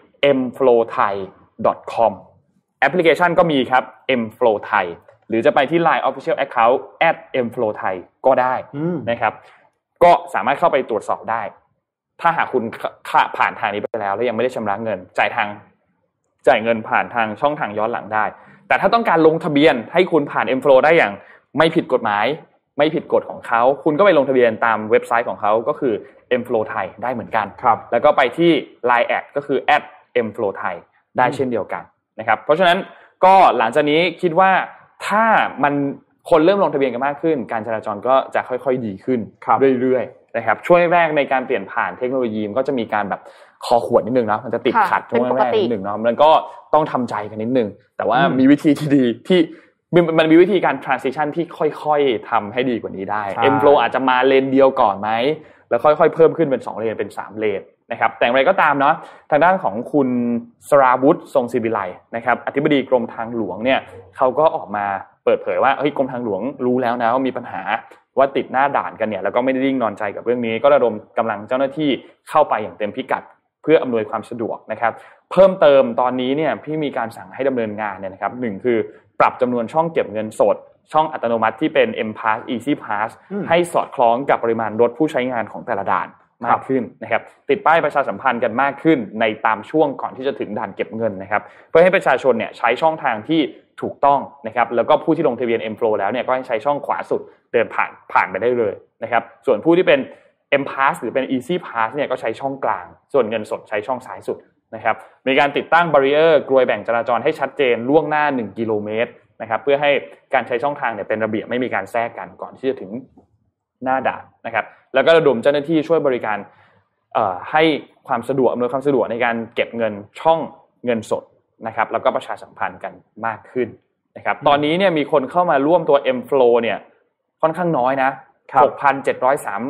mflowthai.com แอปพลิเคชันก็มีครับ mflow thai หรือจะไปที่ Line Official Account @mflowthai ก็ได้นะครับก็สามารถเข้าไปตรวจสอบได้ถ้าหากคุณผ่านทางนี้ไปแล้วยังไม่ได้ชำระเงินจ่ายเงินผ่านทางช่องทางย้อนหลังได้แต่ถ้าต้องการลงทะเบียนให้คุณผ่าน mflow ได้อย่างไม่ผิดกฎหมายไม่ผิดกฎของเขาคุณก็ไปลงทะเบียนตามเว็บไซต์ของเขาก็คือ mflow thai ได้เหมือนกันแล้วก็ไปที่ Line แอดก็คือ @mflow thai ได้เช่นเดียวกันนะครับเพราะฉะนั้นก็หลังจากนี้คิดว่าถ้ามันคนเริ่มลงทะเบียนกันมากขึ้นการจราจรก็จะค่อยๆดีขึ้นเรื่อยๆนะครับช่วงแรกในการเปลี่ยนผ่านเทคโนโลยีมันก็จะมีการแบบคอขวดนิดนึงนะมันจะติดขัดช่วงแรกนิดนึงเนาะมันก็ต้องทำใจกันนิดนึงแต่ว่ามีวิธีที่ดีที่มันมีวิธีการ transition ที่ค่อยๆทำให้ดีกว่านี้ได้ M-Flow อาจจะมาเลนเดียวก่อนไหมแล้วค่อยๆเพิ่มขึ้นเป็น2เลนเป็น3เลนนะครับแต่อย่างไรก็ตามเนาะทางด้านของคุณสราวุฒิทรงศิวิไลนะครับอธิบดีกรมทางหลวงเนี่ยเขาก็ออกมาเปิดเผยว่ากรมทางหลวงรู้แล้วนะว่ามีปัญหาว่าติดหน้าด่านกันเนี่ยแล้วก็ไม่ได้นิ่งนอนใจกับเรื่องนี้ก็ระดมกำลังเจ้าหน้าที่เข้าไปอย่างเต็มพิกัดเพื่ออำนวยความสะดวกนะครับเพิ่มเติมตอนนี้เนี่ยพี่มีการสั่งให้ดำเนินงานเนี่ยนะครับ1คือปรับจำนวนช่องเก็บเงินสดช่องอัตโนมัติที่เป็น M-Pass Easy Pass ให้สอดคล้องกับปริมาณรถผู้ใช้งานของแต่ละด่านมากขึ้นนะครับติดป้ายประชาสัมพันธ์กันมากขึ้นในตามช่วงก่อนที่จะถึงด่านเก็บเงินนะครับเพื่อให้ประชาชนเนี่ยใช้ช่องทางที่ถูกต้องนะครับแล้วก็ผู้ที่ลงทะเบียน M-Flow แล้วเนี่ยก็ให้ใช้ช่องขวาสุดเดินผ่านไปได้เลยนะครับส่วนผู้ที่เป็น M-Pass หรือเป็น Easy Pass เนี่ยก็ใช้ช่องกลางส่วนเงินสดใช้ช่องซ้ายสุดนะครับมีการติดตั้งบารีเออร์กลวยแบ่งจราจรให้ชัดเจนล่วงหน้า1กิโลเมตรนะครับเพื่อให้การใช้ช่องทางเนี่ยเป็นระเบียบไม่มีการแทรกกันก่อนที่จะถึงหน้าด่านนะครับแล้วก็ระดมเจ้าหน้าที่ช่วยบริการให้ความสะดวกอำนวยความสะดวกในการเก็บเงินช่องเงินสดนะครับแล้วก็ประชาสัมพันธ์กันมากขึ้นนะครับตอนนี้เนี่ยมีคนเข้ามาร่วมตัว M-Flow เนี่ยค่อนข้างน้อยนะ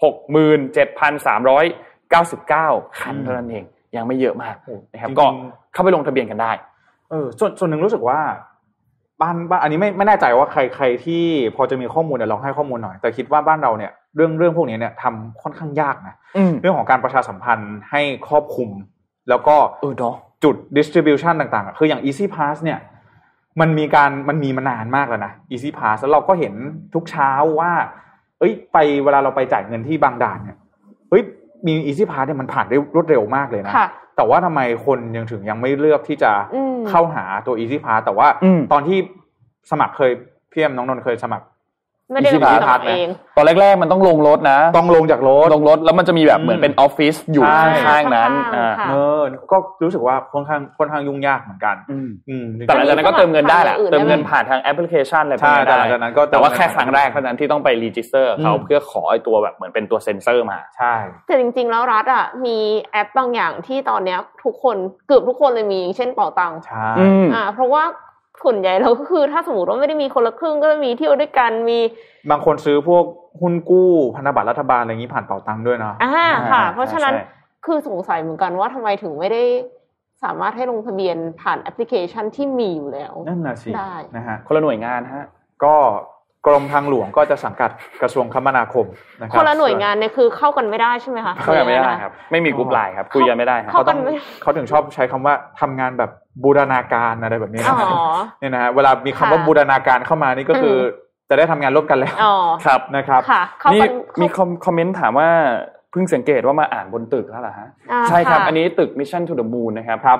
67,399 คันเท่านั้นเองยังไม่เยอะมากนะครับก็เข้าไปลงทะเบียนกันได้ส่วนหนึ่งรู้สึกว่าบ้านอันนี้ไม่แน่ใจว่าใครที่พอจะมีข้อมูลเนี่ยลองให้ข้อมูลหน่อยแต่คิดว่าบ้านเราเนี่ยเรื่องพวกนี้เนี่ยทำค่อนข้างยากนะเรื่องของการประชาสัมพันธ์ให้ครอบคลุมแล้วก็จุด distribution ต่างๆคืออย่าง Easy Pass เนี่ยมันมีมานานมากแล้วนะ Easy Pass แล้วเราก็เห็นทุกเช้าว่าไปเวลาเราไปจ่ายเงินที่บางด่านเนี่ยมี Easy Pass เนี่ยมันผ่านได้รวดเร็วมากเลยนะแต่ว่าทำไมคนยังไม่เลือกที่จะเข้าหาตัว Easy Pass แต่ว่าตอนที่สมัครพี่แอมน้องนนท์เคยสมัครไม่ได้ลงจากเองตอนแรกๆมันต้องลงรถนะต้องลงจากรถแล้วมันจะมีแบบเหมือนเป็นออฟฟิศอยู่ข้างๆนั้นก็รู้สึกว่าค่อนข้างยุ่งยากเหมือนกันแต่หลังจากนั้นก็เติมเงินได้แหละเติมเงินผ่านทางแอปพลิเคชันอะไรพวกนี้ได้แต่ว่าแค่ครั้งแรกเท่านั้นที่ต้องไปรีจิสเตอร์เขาเพื่อขอไอ้ตัวแบบเหมือนเป็นตัวเซ็นเซอร์มาใช่แต่จริงๆแล้วรัฐมีแอปบางอย่างที่ตอนนี้ทุกคนเกือบทุกคนเลยมีเช่นเป๋าตังค์ใช่เพราะว่าส่วนใหญ่เราก็คือถ้าสมมติว่าไม่ได้มีคนละครึ่งก็จะมีเที่ยวด้วยกันมีบางคนซื้อพวกหุ้นกู้พันธบัตรรัฐบาลอะไรอย่างนี้ผ่านเป๋าตังค์ด้วยนะค่ะเพราะฉะนั้นคือสงสัยเหมือนกันว่าทำไมถึงไม่ได้สามารถให้ลงทะเบียนผ่านแอปพลิเคชันที่มีอยู่แล้วนั่นน่ะสิได้นะฮะคนละหน่วยงานฮะก็กรมทางหลวงก็จะสังกัดกระทรวงคมนาคมนะครับคนละหน่วยงานเนี่ยคือเข้ากันไม่ได้ใช่ไหมคะเข้ากันไม่ได้ครับไม่มีกรุ๊ปไลน์ครับคุยกันไม่ได้ครับเขาถึงชอบใช้คำว่าทำงานแบบบูรณาการอะไรแบบนี้เนี่ยนะฮะเวลามีคำว่าบูรณาการเข้ามานี่ก็คือจะได้ทำงานร่วมกันแล้วครับนะครับนี่มีคอมเมนต์ถามว่าเพิ่งสังเกตว่ามาอ่านบนตึกแล้วเหรอฮะใช่ครับอันนี้ตึก Mission to the Moon นะครับ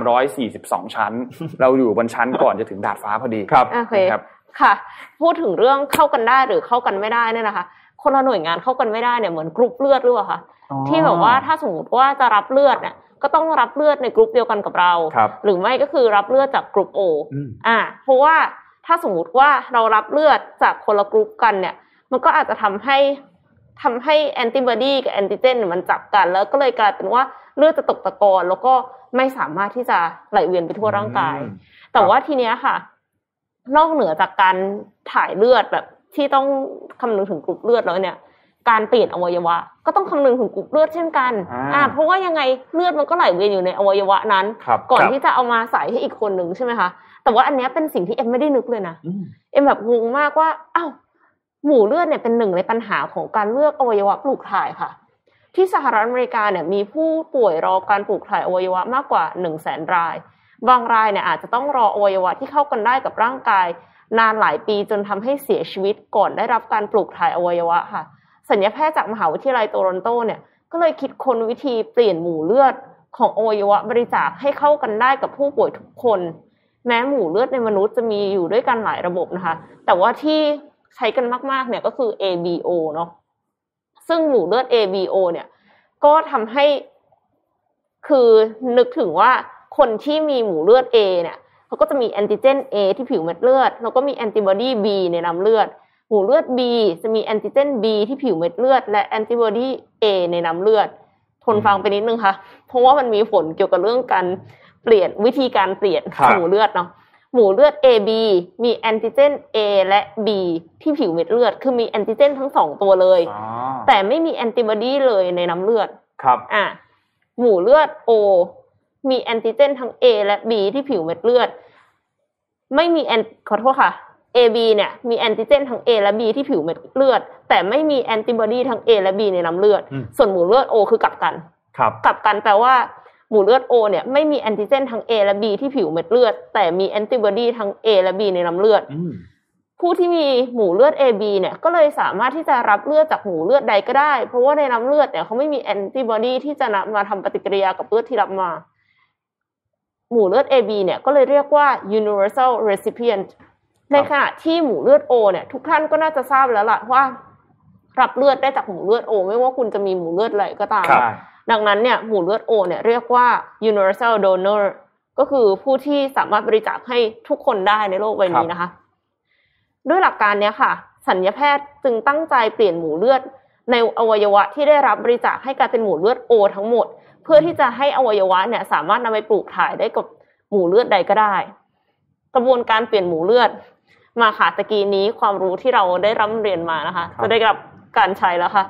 342ชั้นเราอยู่บนชั้นก่อนจะถึงดาดฟ้าพอดีครับครับค่ะพูดถึงเรื่องเข้ากันได้หรือเข้ากันไม่ได้เนี่ยนะคะคนละหน่วยงานเข้ากันไม่ได้เนี่ยเหมือนกรุ๊ปเลือดหรือเปล่าคะที่แบบว่าถ้าสมมติว่าจะรับเลือดเนี่ยก็ต้องรับเลือดในกรุ๊ปเดียวกันกับเราหรือไม่ก็คือรับเลือดจากกรุ๊ป O เพราะว่าถ้าสมมติว่าเรารับเลือดจากคนละกรุ๊ปกันเนี่ยมันก็อาจจะทำให้แอนติบอดีกับแอนติเจนมันจับกันแล้วก็เลยกลายเป็นว่าเลือดจะตกตะกอนแล้วก็ไม่สามารถที่จะไหลเวียนไปทั่วร่างกายแต่ว่าทีเนี้ยค่ะนอกเหนือจากการถ่ายเลือดแบบที่ต้องคำนึงถึงกรุ๊ปเลือดแล้วเนี่ยการเปลี่ยนอวัยวะก็ต้องคำนึงถึงกรุ๊ปเลือดเช่นกันเพราะว่ายังไงเลือดมันก็ไหลเวียนอยู่ในอวัยวะนั้นก่อนที่จะเอามาใส่ให้อีกคนนึงใช่ไหมคะแต่ว่าอันนี้เป็นสิ่งที่เอ็มไม่ได้นึกเลยนะเอ็มแบบงงมากว่าอ้าวหมู่เลือดเนี่ยเป็นหนึ่งในปัญหาของการเลือกอวัยวะปลูกถ่ายค่ะที่สหรัฐอเมริกาเนี่ยมีผู้ป่วยรอการปลูกถ่ายอวัยวะมากกว่า 100,000 รายบางรายเนี่ยอาจจะต้องรออวัยวะที่เข้ากันได้กับร่างกายนานหลายปีจนทำให้เสียชีวิตก่อนได้รับการปลูกถ่ายอวัยวะค่ะศัลยแพทย์จากมหาวิทยาลัยโตรอนโตเนี่ยก็เลยคิดค้นวิธีเปลี่ยนหมู่เลือดของอวัยวะบริจาคให้เข้ากันได้กับผู้ป่วยทุกคนแม้หมู่เลือดในมนุษย์จะมีอยู่ด้วยกันหลายระบบนะคะแต่ว่าที่ใช้กันมากๆเนี่ยก็คือ ABO เนาะซึ่งหมู่เลือด ABO เนี่ยก็ทำให้คือนึกถึงว่าคนที่มีหมู่เลือด A เนี่ยเขาก็จะมีแอนติเจน A ที่ผิวเม็ดเลือดแล้วก็มีแอนติบอดี B ในน้ำเลือดหมู่เลือด B จะมีแอนติเจน B ที่ผิวเม็ดเลือดและแอนติบอดี A ในน้ำเลือดทนฟังไปนิดนึงค่ะเพราะว่ามันมีผลเกี่ยวกับเรื่องการเปลี่ยนวิธีการเปลี่ยนหมู่เลือดเนาะหมู่เลือด AB มีแอนติเจน A และ B ที่ผิวเม็ดเลือดคือมีแอนติเจนทั้ง2ตัวเลยแต่ไม่มีแอนติบอดีเลยในน้ำเลือดครับหมู่เลือด Oมีแอนติเจนทั้ง A และ B ที่ผิวเม็ดเลือดไม่มีขอโทษค่ะ AB เนี่ยมีแอนติเจนทั้ง A และ B ที่ผิวเม็ดเลือดแต่ไม่มีแอนติบอดีทั้ง A และ B ในน้ำเลือดส่วนหมู่เลือด O คือกลับกันกลับกันแปลว่าหมู่เลือด O เนี่ยไม่มีแอนติเจนทั้ง A และ B ที่ผิวเม็ดเลือดแต่มีแอนติบอดีทั้ง A และ B ในน้ำเลือดผู้ที่มีหมู่เลือด AB เนี่ยก็เลยสามารถที่จะรับเลือดจากหมู่เลือดใดก็ได้เพราะว่าในน้ำเลือดเนี่ยเขาไม่มีแอนติบอดีที่จะนำมาทำปฏิกิริยากับเลือดที่รับมาหมู่เลือด AB เนี่ยก็เลยเรียกว่า universal recipient ในขณะที่หมู่เลือด O เนี่ยทุกท่านก็น่าจะทราบแล้วล่ะว่ารับเลือดได้จากหมู่เลือด O ไม่ว่าคุณจะมีหมู่เลือดอะไรก็ตามดังนั้นเนี่ยหมู่เลือด O เนี่ยเรียกว่า universal donor ก็คือผู้ที่สามารถบริจาคให้ทุกคนได้ในโลกใบนี้นะคะด้วยหลักการนี้ค่ะศัลยแพทย์จึงตั้งใจเปลี่ยนหมู่เลือดในอวัยวะที่ได้รับบริจาคให้กลายเป็นหมู่เลือด O ทั้งหมดเพื่อที่จะให้อวัยวะเนี่ยสามารถนำไปปลูกถ่ายได้กับหมู่เลือดใดก็ได้กระบวนการเปลี่ยนหมู่เลือดมาค่ะตะกี้นี้ความรู้ที่เราได้ร่ำเรียนมานะคะจะได้รับการใช้แล้วค่ะ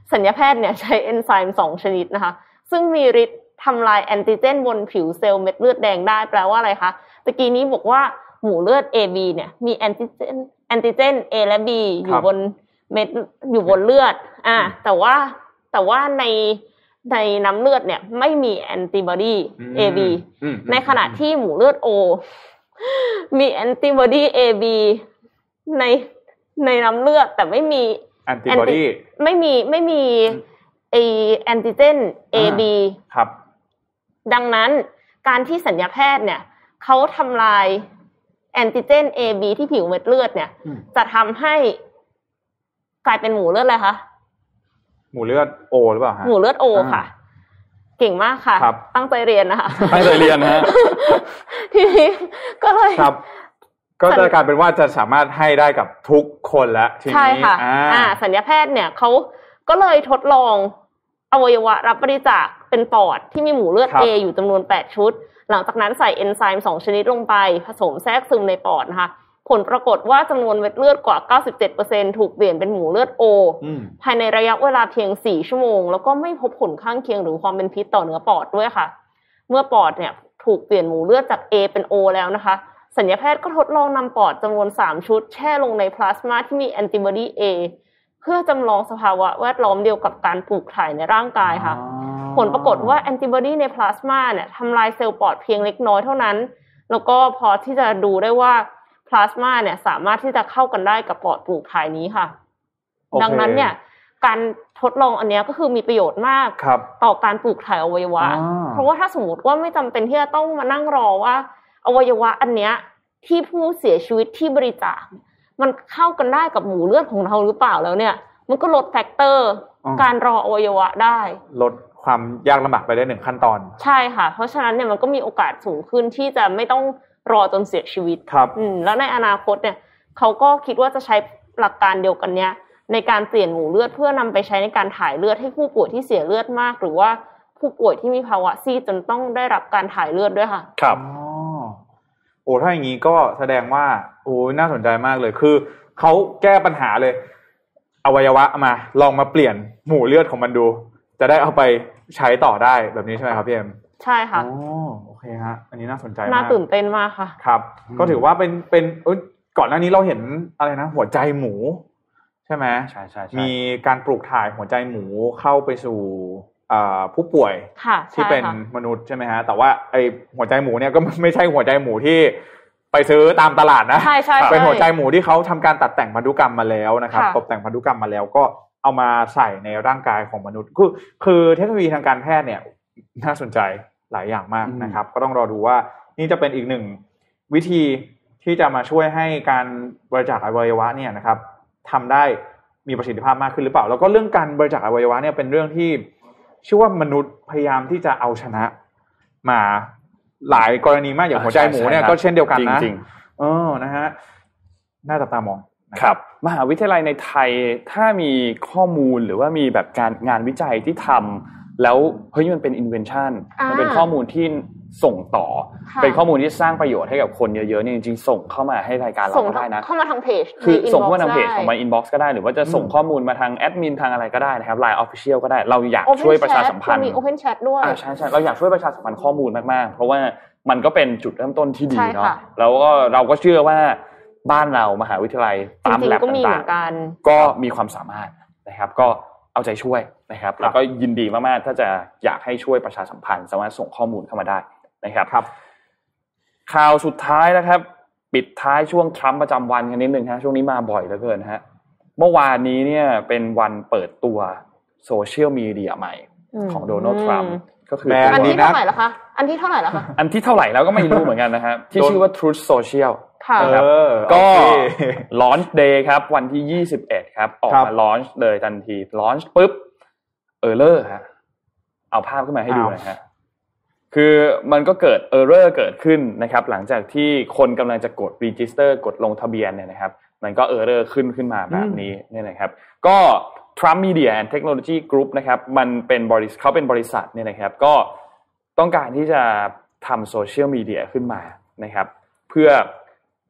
สัญญาแพทย์เนี่ยใช้เอนไซม์2ชนิดนะคะซึ่งมีฤทธิ์ทำลายแอนติเจนบนผิวเซลล์เม็ดเลือดแดงได้แปลว่าอะไรคะตะกี้นี้บอกว่าหมู่เลือด AB เนี่ยมีแอนติเจน A และ B อยู่บนเม็ดอยู่บนเลือดแต่ว่าในน้ำเลือดเนี่ยไม่มีแอนติบอดี AB ในขณะที่หมู่เลือด O มีแอนติบอดี AB ในน้ำเลือดแต่ไม่มีแอนติบอดีไม่มีแอนติเจน AB ครับดังนั้นการที่สัญญาแพทย์เนี่ยเขาทำลายแอนติเจน AB ที่ผิวเม็ดเลือดเนี่ยจะทำให้กลายเป็นหมู่เลือดอะไรคะหมู่เลือด O หรือเปล่าฮะหมู่เลือด O ค่ะเก่งมากค่ะตั้งใจเรียนนะคะตั้งใจเรียนนะฮะทีนี้ก็เลยครับก็จะกลายเป็นว่าจะสามารถให้ได้กับทุกคนแล้วทีนี้ใช่ค่ะสัญญาแพทย์เนี่ยเขาก็เลยทดลองอวัยวะรับบริจาคเป็นปอดที่มีหมู่เลือด A อยู่จำนวน8ชุดหลังจากนั้นใส่เอนไซม์2ชนิดลงไปผสมแทรกซึมในปอดนะคะผลปรากฏว่าจำนวนเม็ดเลือดกว่า 97% ถูกเปลี่ยนเป็นหมู่เลือด O ภายในระยะเวลาเพียง4ชั่วโมงแล้วก็ไม่พบผลข้างเคียงหรือความเป็นพิษต่อเนื้อปอดด้วยค่ะเมื่อปอดเนี่ยถูกเปลี่ยนหมู่เลือดจาก A เป็น O แล้วนะคะสัญญาแพทย์ก็ทดลองนำปอดจำนวน3ชุดแช่ลงในพลาสมาที่มีแอนติบอดี A เพื่อจำลองสภาวะแวดล้อมเดียวกับการปลูกถ่ายในร่างกายค่ะผลปรากฏว่าแอนติบอดีในพลาสมาเนี่ยทำลายเซลล์ปอดเพียงเล็กน้อยเท่านั้นแล้วก็พอที่จะดูได้ว่าพลาสมาเนี่ยสามารถที่จะเข้ากันได้กับปอดปลูกถ่ายนี้ค่ะ ดังนั้นเนี่ยการทดลองอันนี้ก็คือมีประโยชน์มากต่อการปลูกถ่ายอวัยวะเพราะว่าถ้าสมมติว่าไม่จำเป็นที่จะต้องมานั่งรอว่าอวัยวะอันเนี้ยที่ผู้เสียชีวิตที่บริจาคมันเข้ากันได้กับหมู่เลือดของเราหรือเปล่าแล้วเนี่ยมันก็ลดแฟกเตอร์การรออวัยวะได้ลดความยากลำบากไปได้1ขั้นตอนใช่ค่ะเพราะฉะนั้นเนี่ยมันก็มีโอกาสสูงขึ้นที่จะไม่ต้องรอจนเสียชีวิตแล้วในอนาคตเนี่ยเขาก็คิดว่าจะใช้หลักการเดียวกันเนี้ยในการเปลี่ยนหมู่เลือดเพื่อนำไปใช้ในการถ่ายเลือดให้ผู้ป่วยที่เสียเลือดมากหรือว่าผู้ป่วยที่มีภาวะซีดจนต้องได้รับการถ่ายเลือดด้วยค่ะครับโอ้ถ้าอย่างนี้ก็แสดงว่าโอ้น่าสนใจมากเลยคือเขาแก้ปัญหาเลยอวัยวะมาลองมาเปลี่ยนหมู่เลือดของมันดูจะได้เอาไปใช้ต่อได้แบบนี้ใช่ไหมครับพี่เอ็มใช่ค่ะโอเคฮะอันนี้น่าสนใจมากน่าตื่นเต้นมากค่ะครับก็ถือว่าเป็นก่อนหน้านี้เราเห็นอะไรนะหัวใจหมูใช่ไหมใช่มีการปลูกถ่ายหัวใจหมูเข้าไปสู่ผู้ป่วยที่เป็นมนุษย์ใช่ไหมฮะแต่ว่าไอหัวใจหมูเนี่ยก็ไม่ใช่หัวใจหมูที่ไปซื้อตามตลาดนะเป็นหัวใจหมูที่เขาทำการตัดแต่งพันธุกรรมมาแล้วนะครับตกแต่งพันธุกรรมมาแล้วก็เอามาใส่ในร่างกายของมนุษย์คือเทคโนโลยีทางการแพทย์เนี่ยน่าสนใจหลายอย่างมากนะครับก็ต้องรอดูว่านี่จะเป็นอีกหนึ่งวิธีที่จะมาช่วยให้การบริจาคอวัยวะเนี่ยนะครับทำได้มีประสิทธิภาพมากขึ้นหรือเปล่าแล้วก็เรื่องการบริจาคอวัยวะเนี่ยเป็นเรื่องที่เชื่อว่ามนุษย์พยายามที่จะเอาชนะมาหลายกรณีมากอย่างหัวใจหมูเนี่ยก็เช่นเดียวกันนะนะฮะน่าจับตามองครับมหาวิทยาลัยในไทยถ้ามีข้อมูลหรือว่ามีแบบการงานวิจัยที่ทำแล้วเฮ้ยมันเป็น invention มันเป็นข้อมูลที่ส่งต่อเป็นข้อมูลที่สร้างประโยชน์ให้กับคนเยอะๆเนี่ยจริงๆส่งเข้ามาให้รายการเราก็ได้นะเข้ามาทางเพจคือส่งเข้ามาทางเพจของมา inbox ก็ได้หรือว่าจะส่งข้อมูลมาทางแอดมินทางอะไรก็ได้นะครับ Line Official ก็ได้เราอยากช่วยประชาสัมพันธ์มี Open Chat ด้วยใช่ๆเราอยากช่วยประชาสัมพันธ์ข้อมูลมากๆเพราะว่ามันก็เป็นจุดเริ่มต้นที่ดีเนาะแล้วก็เราก็เชื่อว่าบ้านเรามหาวิทยาลัยตามแลบต่างๆก็มีความสามารถนะครับก็เอาใจช่วยนะครับแล้วก็ยินดีมากๆถ้าจะอยากให้ช่วยประชาสัมพันธ์สามารถส่งข้อมูลเข้ามาได้นะครับข่าวสุดท้ายนะครับปิดท้ายช่วงทรัมป์ประจำวันกันนิดนึงฮะช่วงนี้มาบ่อยเหลือเกินฮะเมื่อวานนี้เนี่ยเป็นวันเปิดตัวโซเชียลมีเดียใหม่ของโดนัลด์ทรัมป์ก็คืออันที่เท่าไหร่แล้วคะอันที่เท่าไหร่แล้วคะอันที่เท่าไหร่แล้วก็ไม่รู้เหมือนกันนะฮะที่ชื่อว่า Truth Social นะครับก็ launch day ครับวันที่21ครับออกมา launch เลยทันที launch ปุ๊บerror ฮะเอาภาพขึ้นมาให้ดูนะฮะคือมันก็เกิด error เกิดขึ้นนะครับหลังจากที่คนกำลังจะกด register กดลงทะเบียนเนี่ยนะครับมันก็ error ขึ้นมาแบบนี้เนี่ยนะครับก็ Trump Media and Technology Group นะครับมันเป็นเขาเป็นบริษัทเนี่ยนะครับก็ต้องการที่จะทำโซเชียลมีเดียขึ้นมานะครับเพื่อ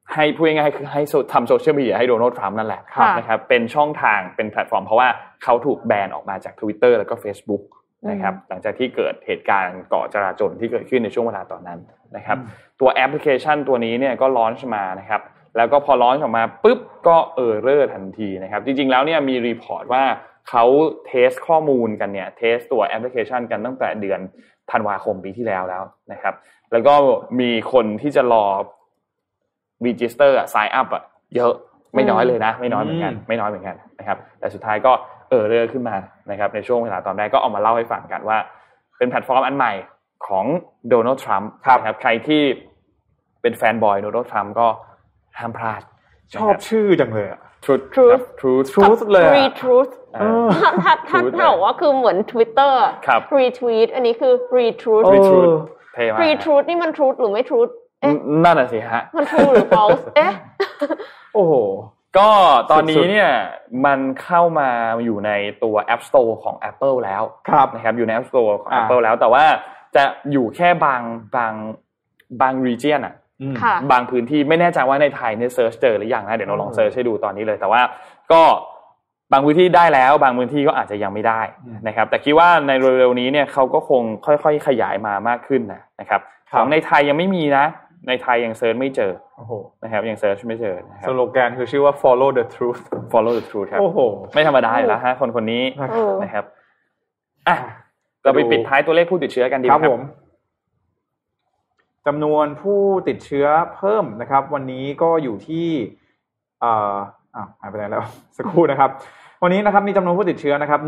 ให้พูดง่ายๆคือให้ทำโซเชียลมีเดียให้โดนัลด์ทรัมป์นั่นแหละนะครับเป็นช่องทางเป็นแพลตฟอร์มเพราะว่าเขาถูกแบนออกมาจาก Twitter แล้วก็ Facebook นะครับหลังจากที่เกิดเหตุการณ์ก่อจราจลที่เกิดขึ้นในช่วงเวลาตอนนั้นนะครับตัวแอปพลิเคชันตัวนี้เนี่ยก็ลอนช์มานะครับแล้วก็พอลอนช์ออกมาปุ๊บก็เรอร์ทันทีนะครับจริงๆแล้วเนี่ยมีรีพอร์ตว่าเขาเทสข้อมูลกันเนี่ยเทสตัวแอปพลิเคชันกันตั้งแต่เดือนธันวาคมปีที่แล้วนะครับแล้วก็มีคนที่จะรอregister sign up เยอะไม่น้อยเลยนะไม่น้อยเหมือนกันนะครับแต่สุดท้ายก็เรื่อขึ้นมานะครับในช่วงเวลาตอนแรกก็เอามาเล่าให้ฟังกันว่าเป็นแพลตฟอร์มอันใหม่ของโดนัลด์ทรัมป์นะครับใครที่เป็นแฟนบอยโดนัลด์ทรัมป์ก็ห้ามพลาดชอบชื่อจังเลยอ่ะ Truth เลย Retruth ถ้าบอกว่าคือเหมือน Twitter Retweet อันนี้คือ Retruth Retruth นี่มัน Truth หรือไม่ Truth นั่นน่ะสิฮะมัน true หรือ false โอ้โหก็ตอนนี้เนี่ยมันเข้ามาอยู่ในตัว App Store ของ Apple แล้วนะครับอยู่ใน App Store ของ Apple แล้วแต่ว่าจะอยู่แค่บาง region อ่ะบางพื้นที่ไม่แน่ใจว่าในไทยเนี่ยเซิร์ชเจอหรือยังนะเดี๋ยวเราลองเซิร์ชให้ดูตอนนี้เลยแต่ว่าก็บางพื้นที่ได้แล้วบางพื้นที่ก็อาจจะยังไม่ได้นะครับแต่คิดว่าในเร็วๆนี้เนี่ยเขาก็คงค่อยๆขยายมามากขึ้นนะครับของในไทยยังไม่มีนะในไทยยังเซิร์ชไม่เจอนะครับยังเซิร์ชไม่เจอนะครับสโลแกนคือชื่อว่า follow the truth ครับโอ้โหไม่ธรรมดาอยู่แล้วฮะคนนี้นะครับเราไปปิดท้ายตัวเลขผู้ติดเชื้อกันดีครับผมจำนวนผู้ติดเชื้อเพิ่มนะครับวันนี้ก็อยู่ที่หายไปไหนแล้วสักครู่นะครับวันนี้นะครับมีจำนวนผู้ติดเชื้อนะครับ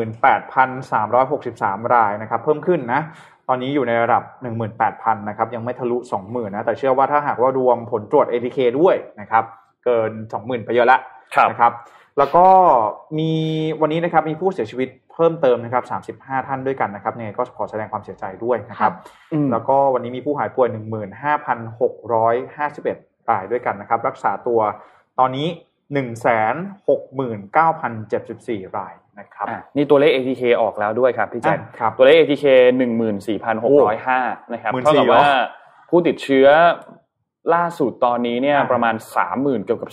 18,363 รายนะครับเพิ่มขึ้นนะตอนนี้อยู่ในระดับ 18,000 นะครับยังไม่ทะลุ 20,000 นะแต่เชื่อว่าถ้าหากว่ารวมผลตรวจ ATK ด้วยนะครับเกิน 20,000 ไปเยอะแล้วนะครับแล้วก็มีวันนี้นะครับมีผู้เสียชีวิตเพิ่มเติมนะครับ35ท่านด้วยกันนะครับเนี่ยก็ขอแสดงความเสียใจด้วยนะครับแล้วก็วันนี้มีผู้หายป่วย 15,651 รายด้วยกันนะครับรักษาตัวตอนนี้ 169,074 รายนะครับนี่ตัวเลข ATK ออกแล้วด้วยครับพี่แจ๊คตัวเลข ATK 14,605 นะครับเท่ากับว่าผู้ติดเชื้อล่าสุดตอนนี้เนี่ยประมาณ 30,000 เกือบกับ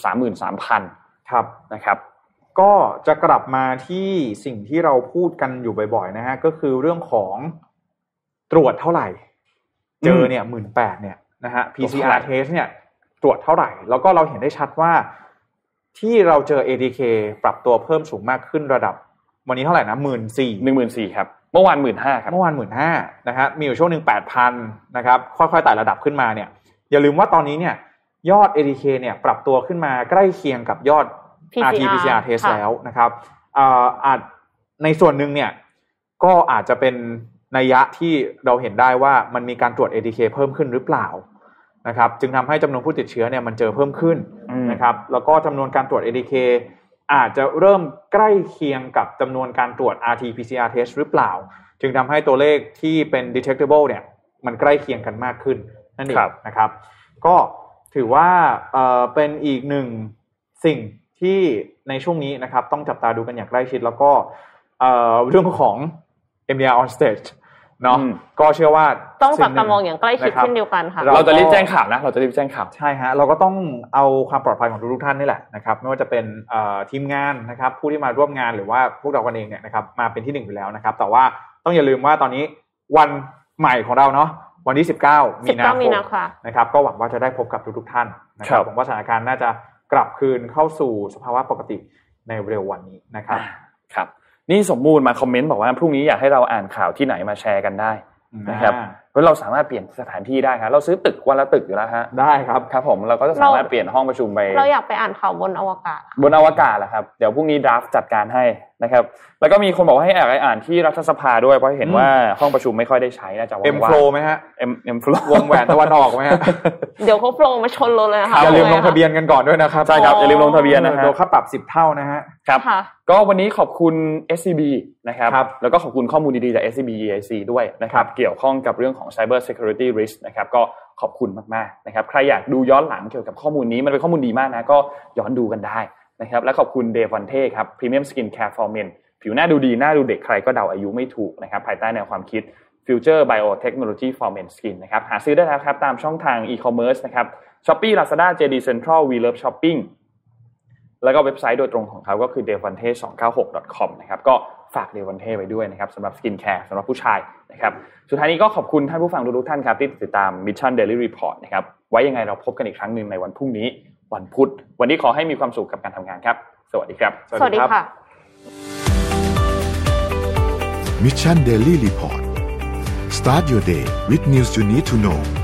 33,000 ครับนะครับก็จะกลับมาที่สิ่งที่เราพูดกันอยู่บ่อยๆนะฮะก็คือเรื่องของตรวจเท่าไหร่เจอเนี่ย 18,000 เนี่ยนะฮะ PCR test เนี่ยตรวจเท่าไหร่แล้วก็เราเห็นได้ชัดว่าที่เราเจอ ATK ปรับตัวเพิ่มสูงมากขึ้นระดับวันนี้เท่าไหร่นะ 14,000 ครับเมื่อวาน 15,000 ครับเมื่อวาน 15,000 นะฮะมีอยู่ช่วงนึง 8,000 นะครับค่อยๆไต่ระดับขึ้นมาเนี่ยอย่าลืมว่าตอนนี้เนี่ยยอด ATK เนี่ยปรับตัวขึ้นมาใกล้เคียงกับยอด RT-PCR test แล้วนะครับอาจในส่วนหนึ่งเนี่ยก็อาจจะเป็นนัยยะที่เราเห็นได้ว่ามันมีการตรวจ ATK เพิ่มขึ้นหรือเปล่านะครับจึงทำให้จำนวนผู้ติดเชื้อเนี่ยมันเจอเพิ่มขึ้นนะครับแล้วก็จำนวนการตรวจ ATK อาจจะเริ่มใกล้เคียงกับจำนวนการตรวจ RT-PCR test หรือเปล่าจึงทำให้ตัวเลขที่เป็น detectable เนี่ยมันใกล้เคียงกันมากขึ้นนั่นเองนะครับก็ถือว่าเป็นอีกหนึ่งสิ่งที่ในช่วงนี้นะครับต้องจับตาดูกันอย่างใกล้ชิดแล้วก็เรื่องของ MDR on stage เนาะก็เชื่อว่าต้องจับตามองอย่างใกล้ชิดเช่นเดียวกันค่ะเราจะรีบแจ้งข่าวนะเราจะรีบแจ้งข่าวใช่ฮะเราก็ต้องเอาความปลอดภัยของทุกท่านนี่แหละนะครับไม่ว่าจะเป็นทีมงานนะครับผู้ที่มาร่วมงานหรือว่าพวกเรากันเองเนี่ยนะครับมาเป็นที่1อยู่แล้วนะครับแต่ว่าต้องอย่าลืมว่าตอนนี้วันใหม่ของเราเนาะวันที่19 มีนาคมนะครับก็หวังว่าจะได้พบกับทุกท่านนะครับผมว่าสถานการณ์น่าจะกลับคืนเข้าสู่สภาวะปกติในเร็ววันนี้นะครับครับนี่สมมูลมาคอมเมนต์บอกว่าพรุ่งนี้อยากให้เราอ่านข่าวที่ไหนมาแชร์กันได้นะครับเพราะเราสามารถเปลี่ยนสถานที่ได้ครับเราซื้อตึกวันละตึกอยู่แล้วฮะได้ครับครับผมเราก็จะสามารถเปลี่ยนห้องประชุมไปเราอยากไปอ่านข่าวบนอวกาศเหรอครับเดี๋ยวพรุ่งนี้ดราฟจัดการให้นะครับแล้วก็มีคนบอกว่าให้อ่านที่รัฐสภาด้วยเพราะเห็นว่าห้องประชุมไม่ค่อยได้ใช้น่าจะว่างๆ M Flow มั้ยฮะ M Flow วงแหวนตะวันออกมั้ยฮะเดี๋ยวเขา Flow มาชนเราเลยค่ะอย่าลืมลงทะเบียนกันก่อนด้วยนะครับใช่ครับอย่าลืมลงทะเบียนนะฮะโดนค่าปรับ10เท่านะฮะครับก็วันนี้ขอบคุณ SCB นะครับแล้วก็ขอบคุณข้อมูลดีๆจาก SCB EIC ด้วยนะครับเกี่ยวข้องกับเรื่องของ Cyber Security Risk นะครับก็ขอบคุณมากๆนะครับใครอยากดูย้อนหลังเกี่ยวกับข้อมูลนี้มันเป็นข้อมูลดีมากนะก็ย้อนดูกันได้นะครับและขอบคุณ Devonte ครับ Premium Skin Care for Men ผิวหน้าดูดีหน้าดูเด็กใครก็เดาอายุไม่ถูกนะครับภายใต้แนวความคิด Future Biotechnology for Men Skin นะครับหาซื้อได้แล้วครับตามช่องทาง e-commerce นะครับ Shopee Lazada JD Central We Love Shopping แล้วก็เว็บไซต์โดยตรงของเขาก็คือ devante296.com นะครับก็ฝาก Devante ไว้ด้วยนะครับสำหรับสกินแคร์สำหรับผู้ชายนะครับสุดท้ายนี้ก็ขอบคุณท่านผู้ฟังทุกท่านครับที่ติดตาม Mission Daily Report นะครับไว้ยังไงเราพบกันอีกครั้งนึงในวันพรุ่งนี้วันพุธวันนี้ขอให้มีความสุขกับการทำงานครับสวัสดีครับสวัสดีค่ะ Mission Daily Report Start your day with news you need to know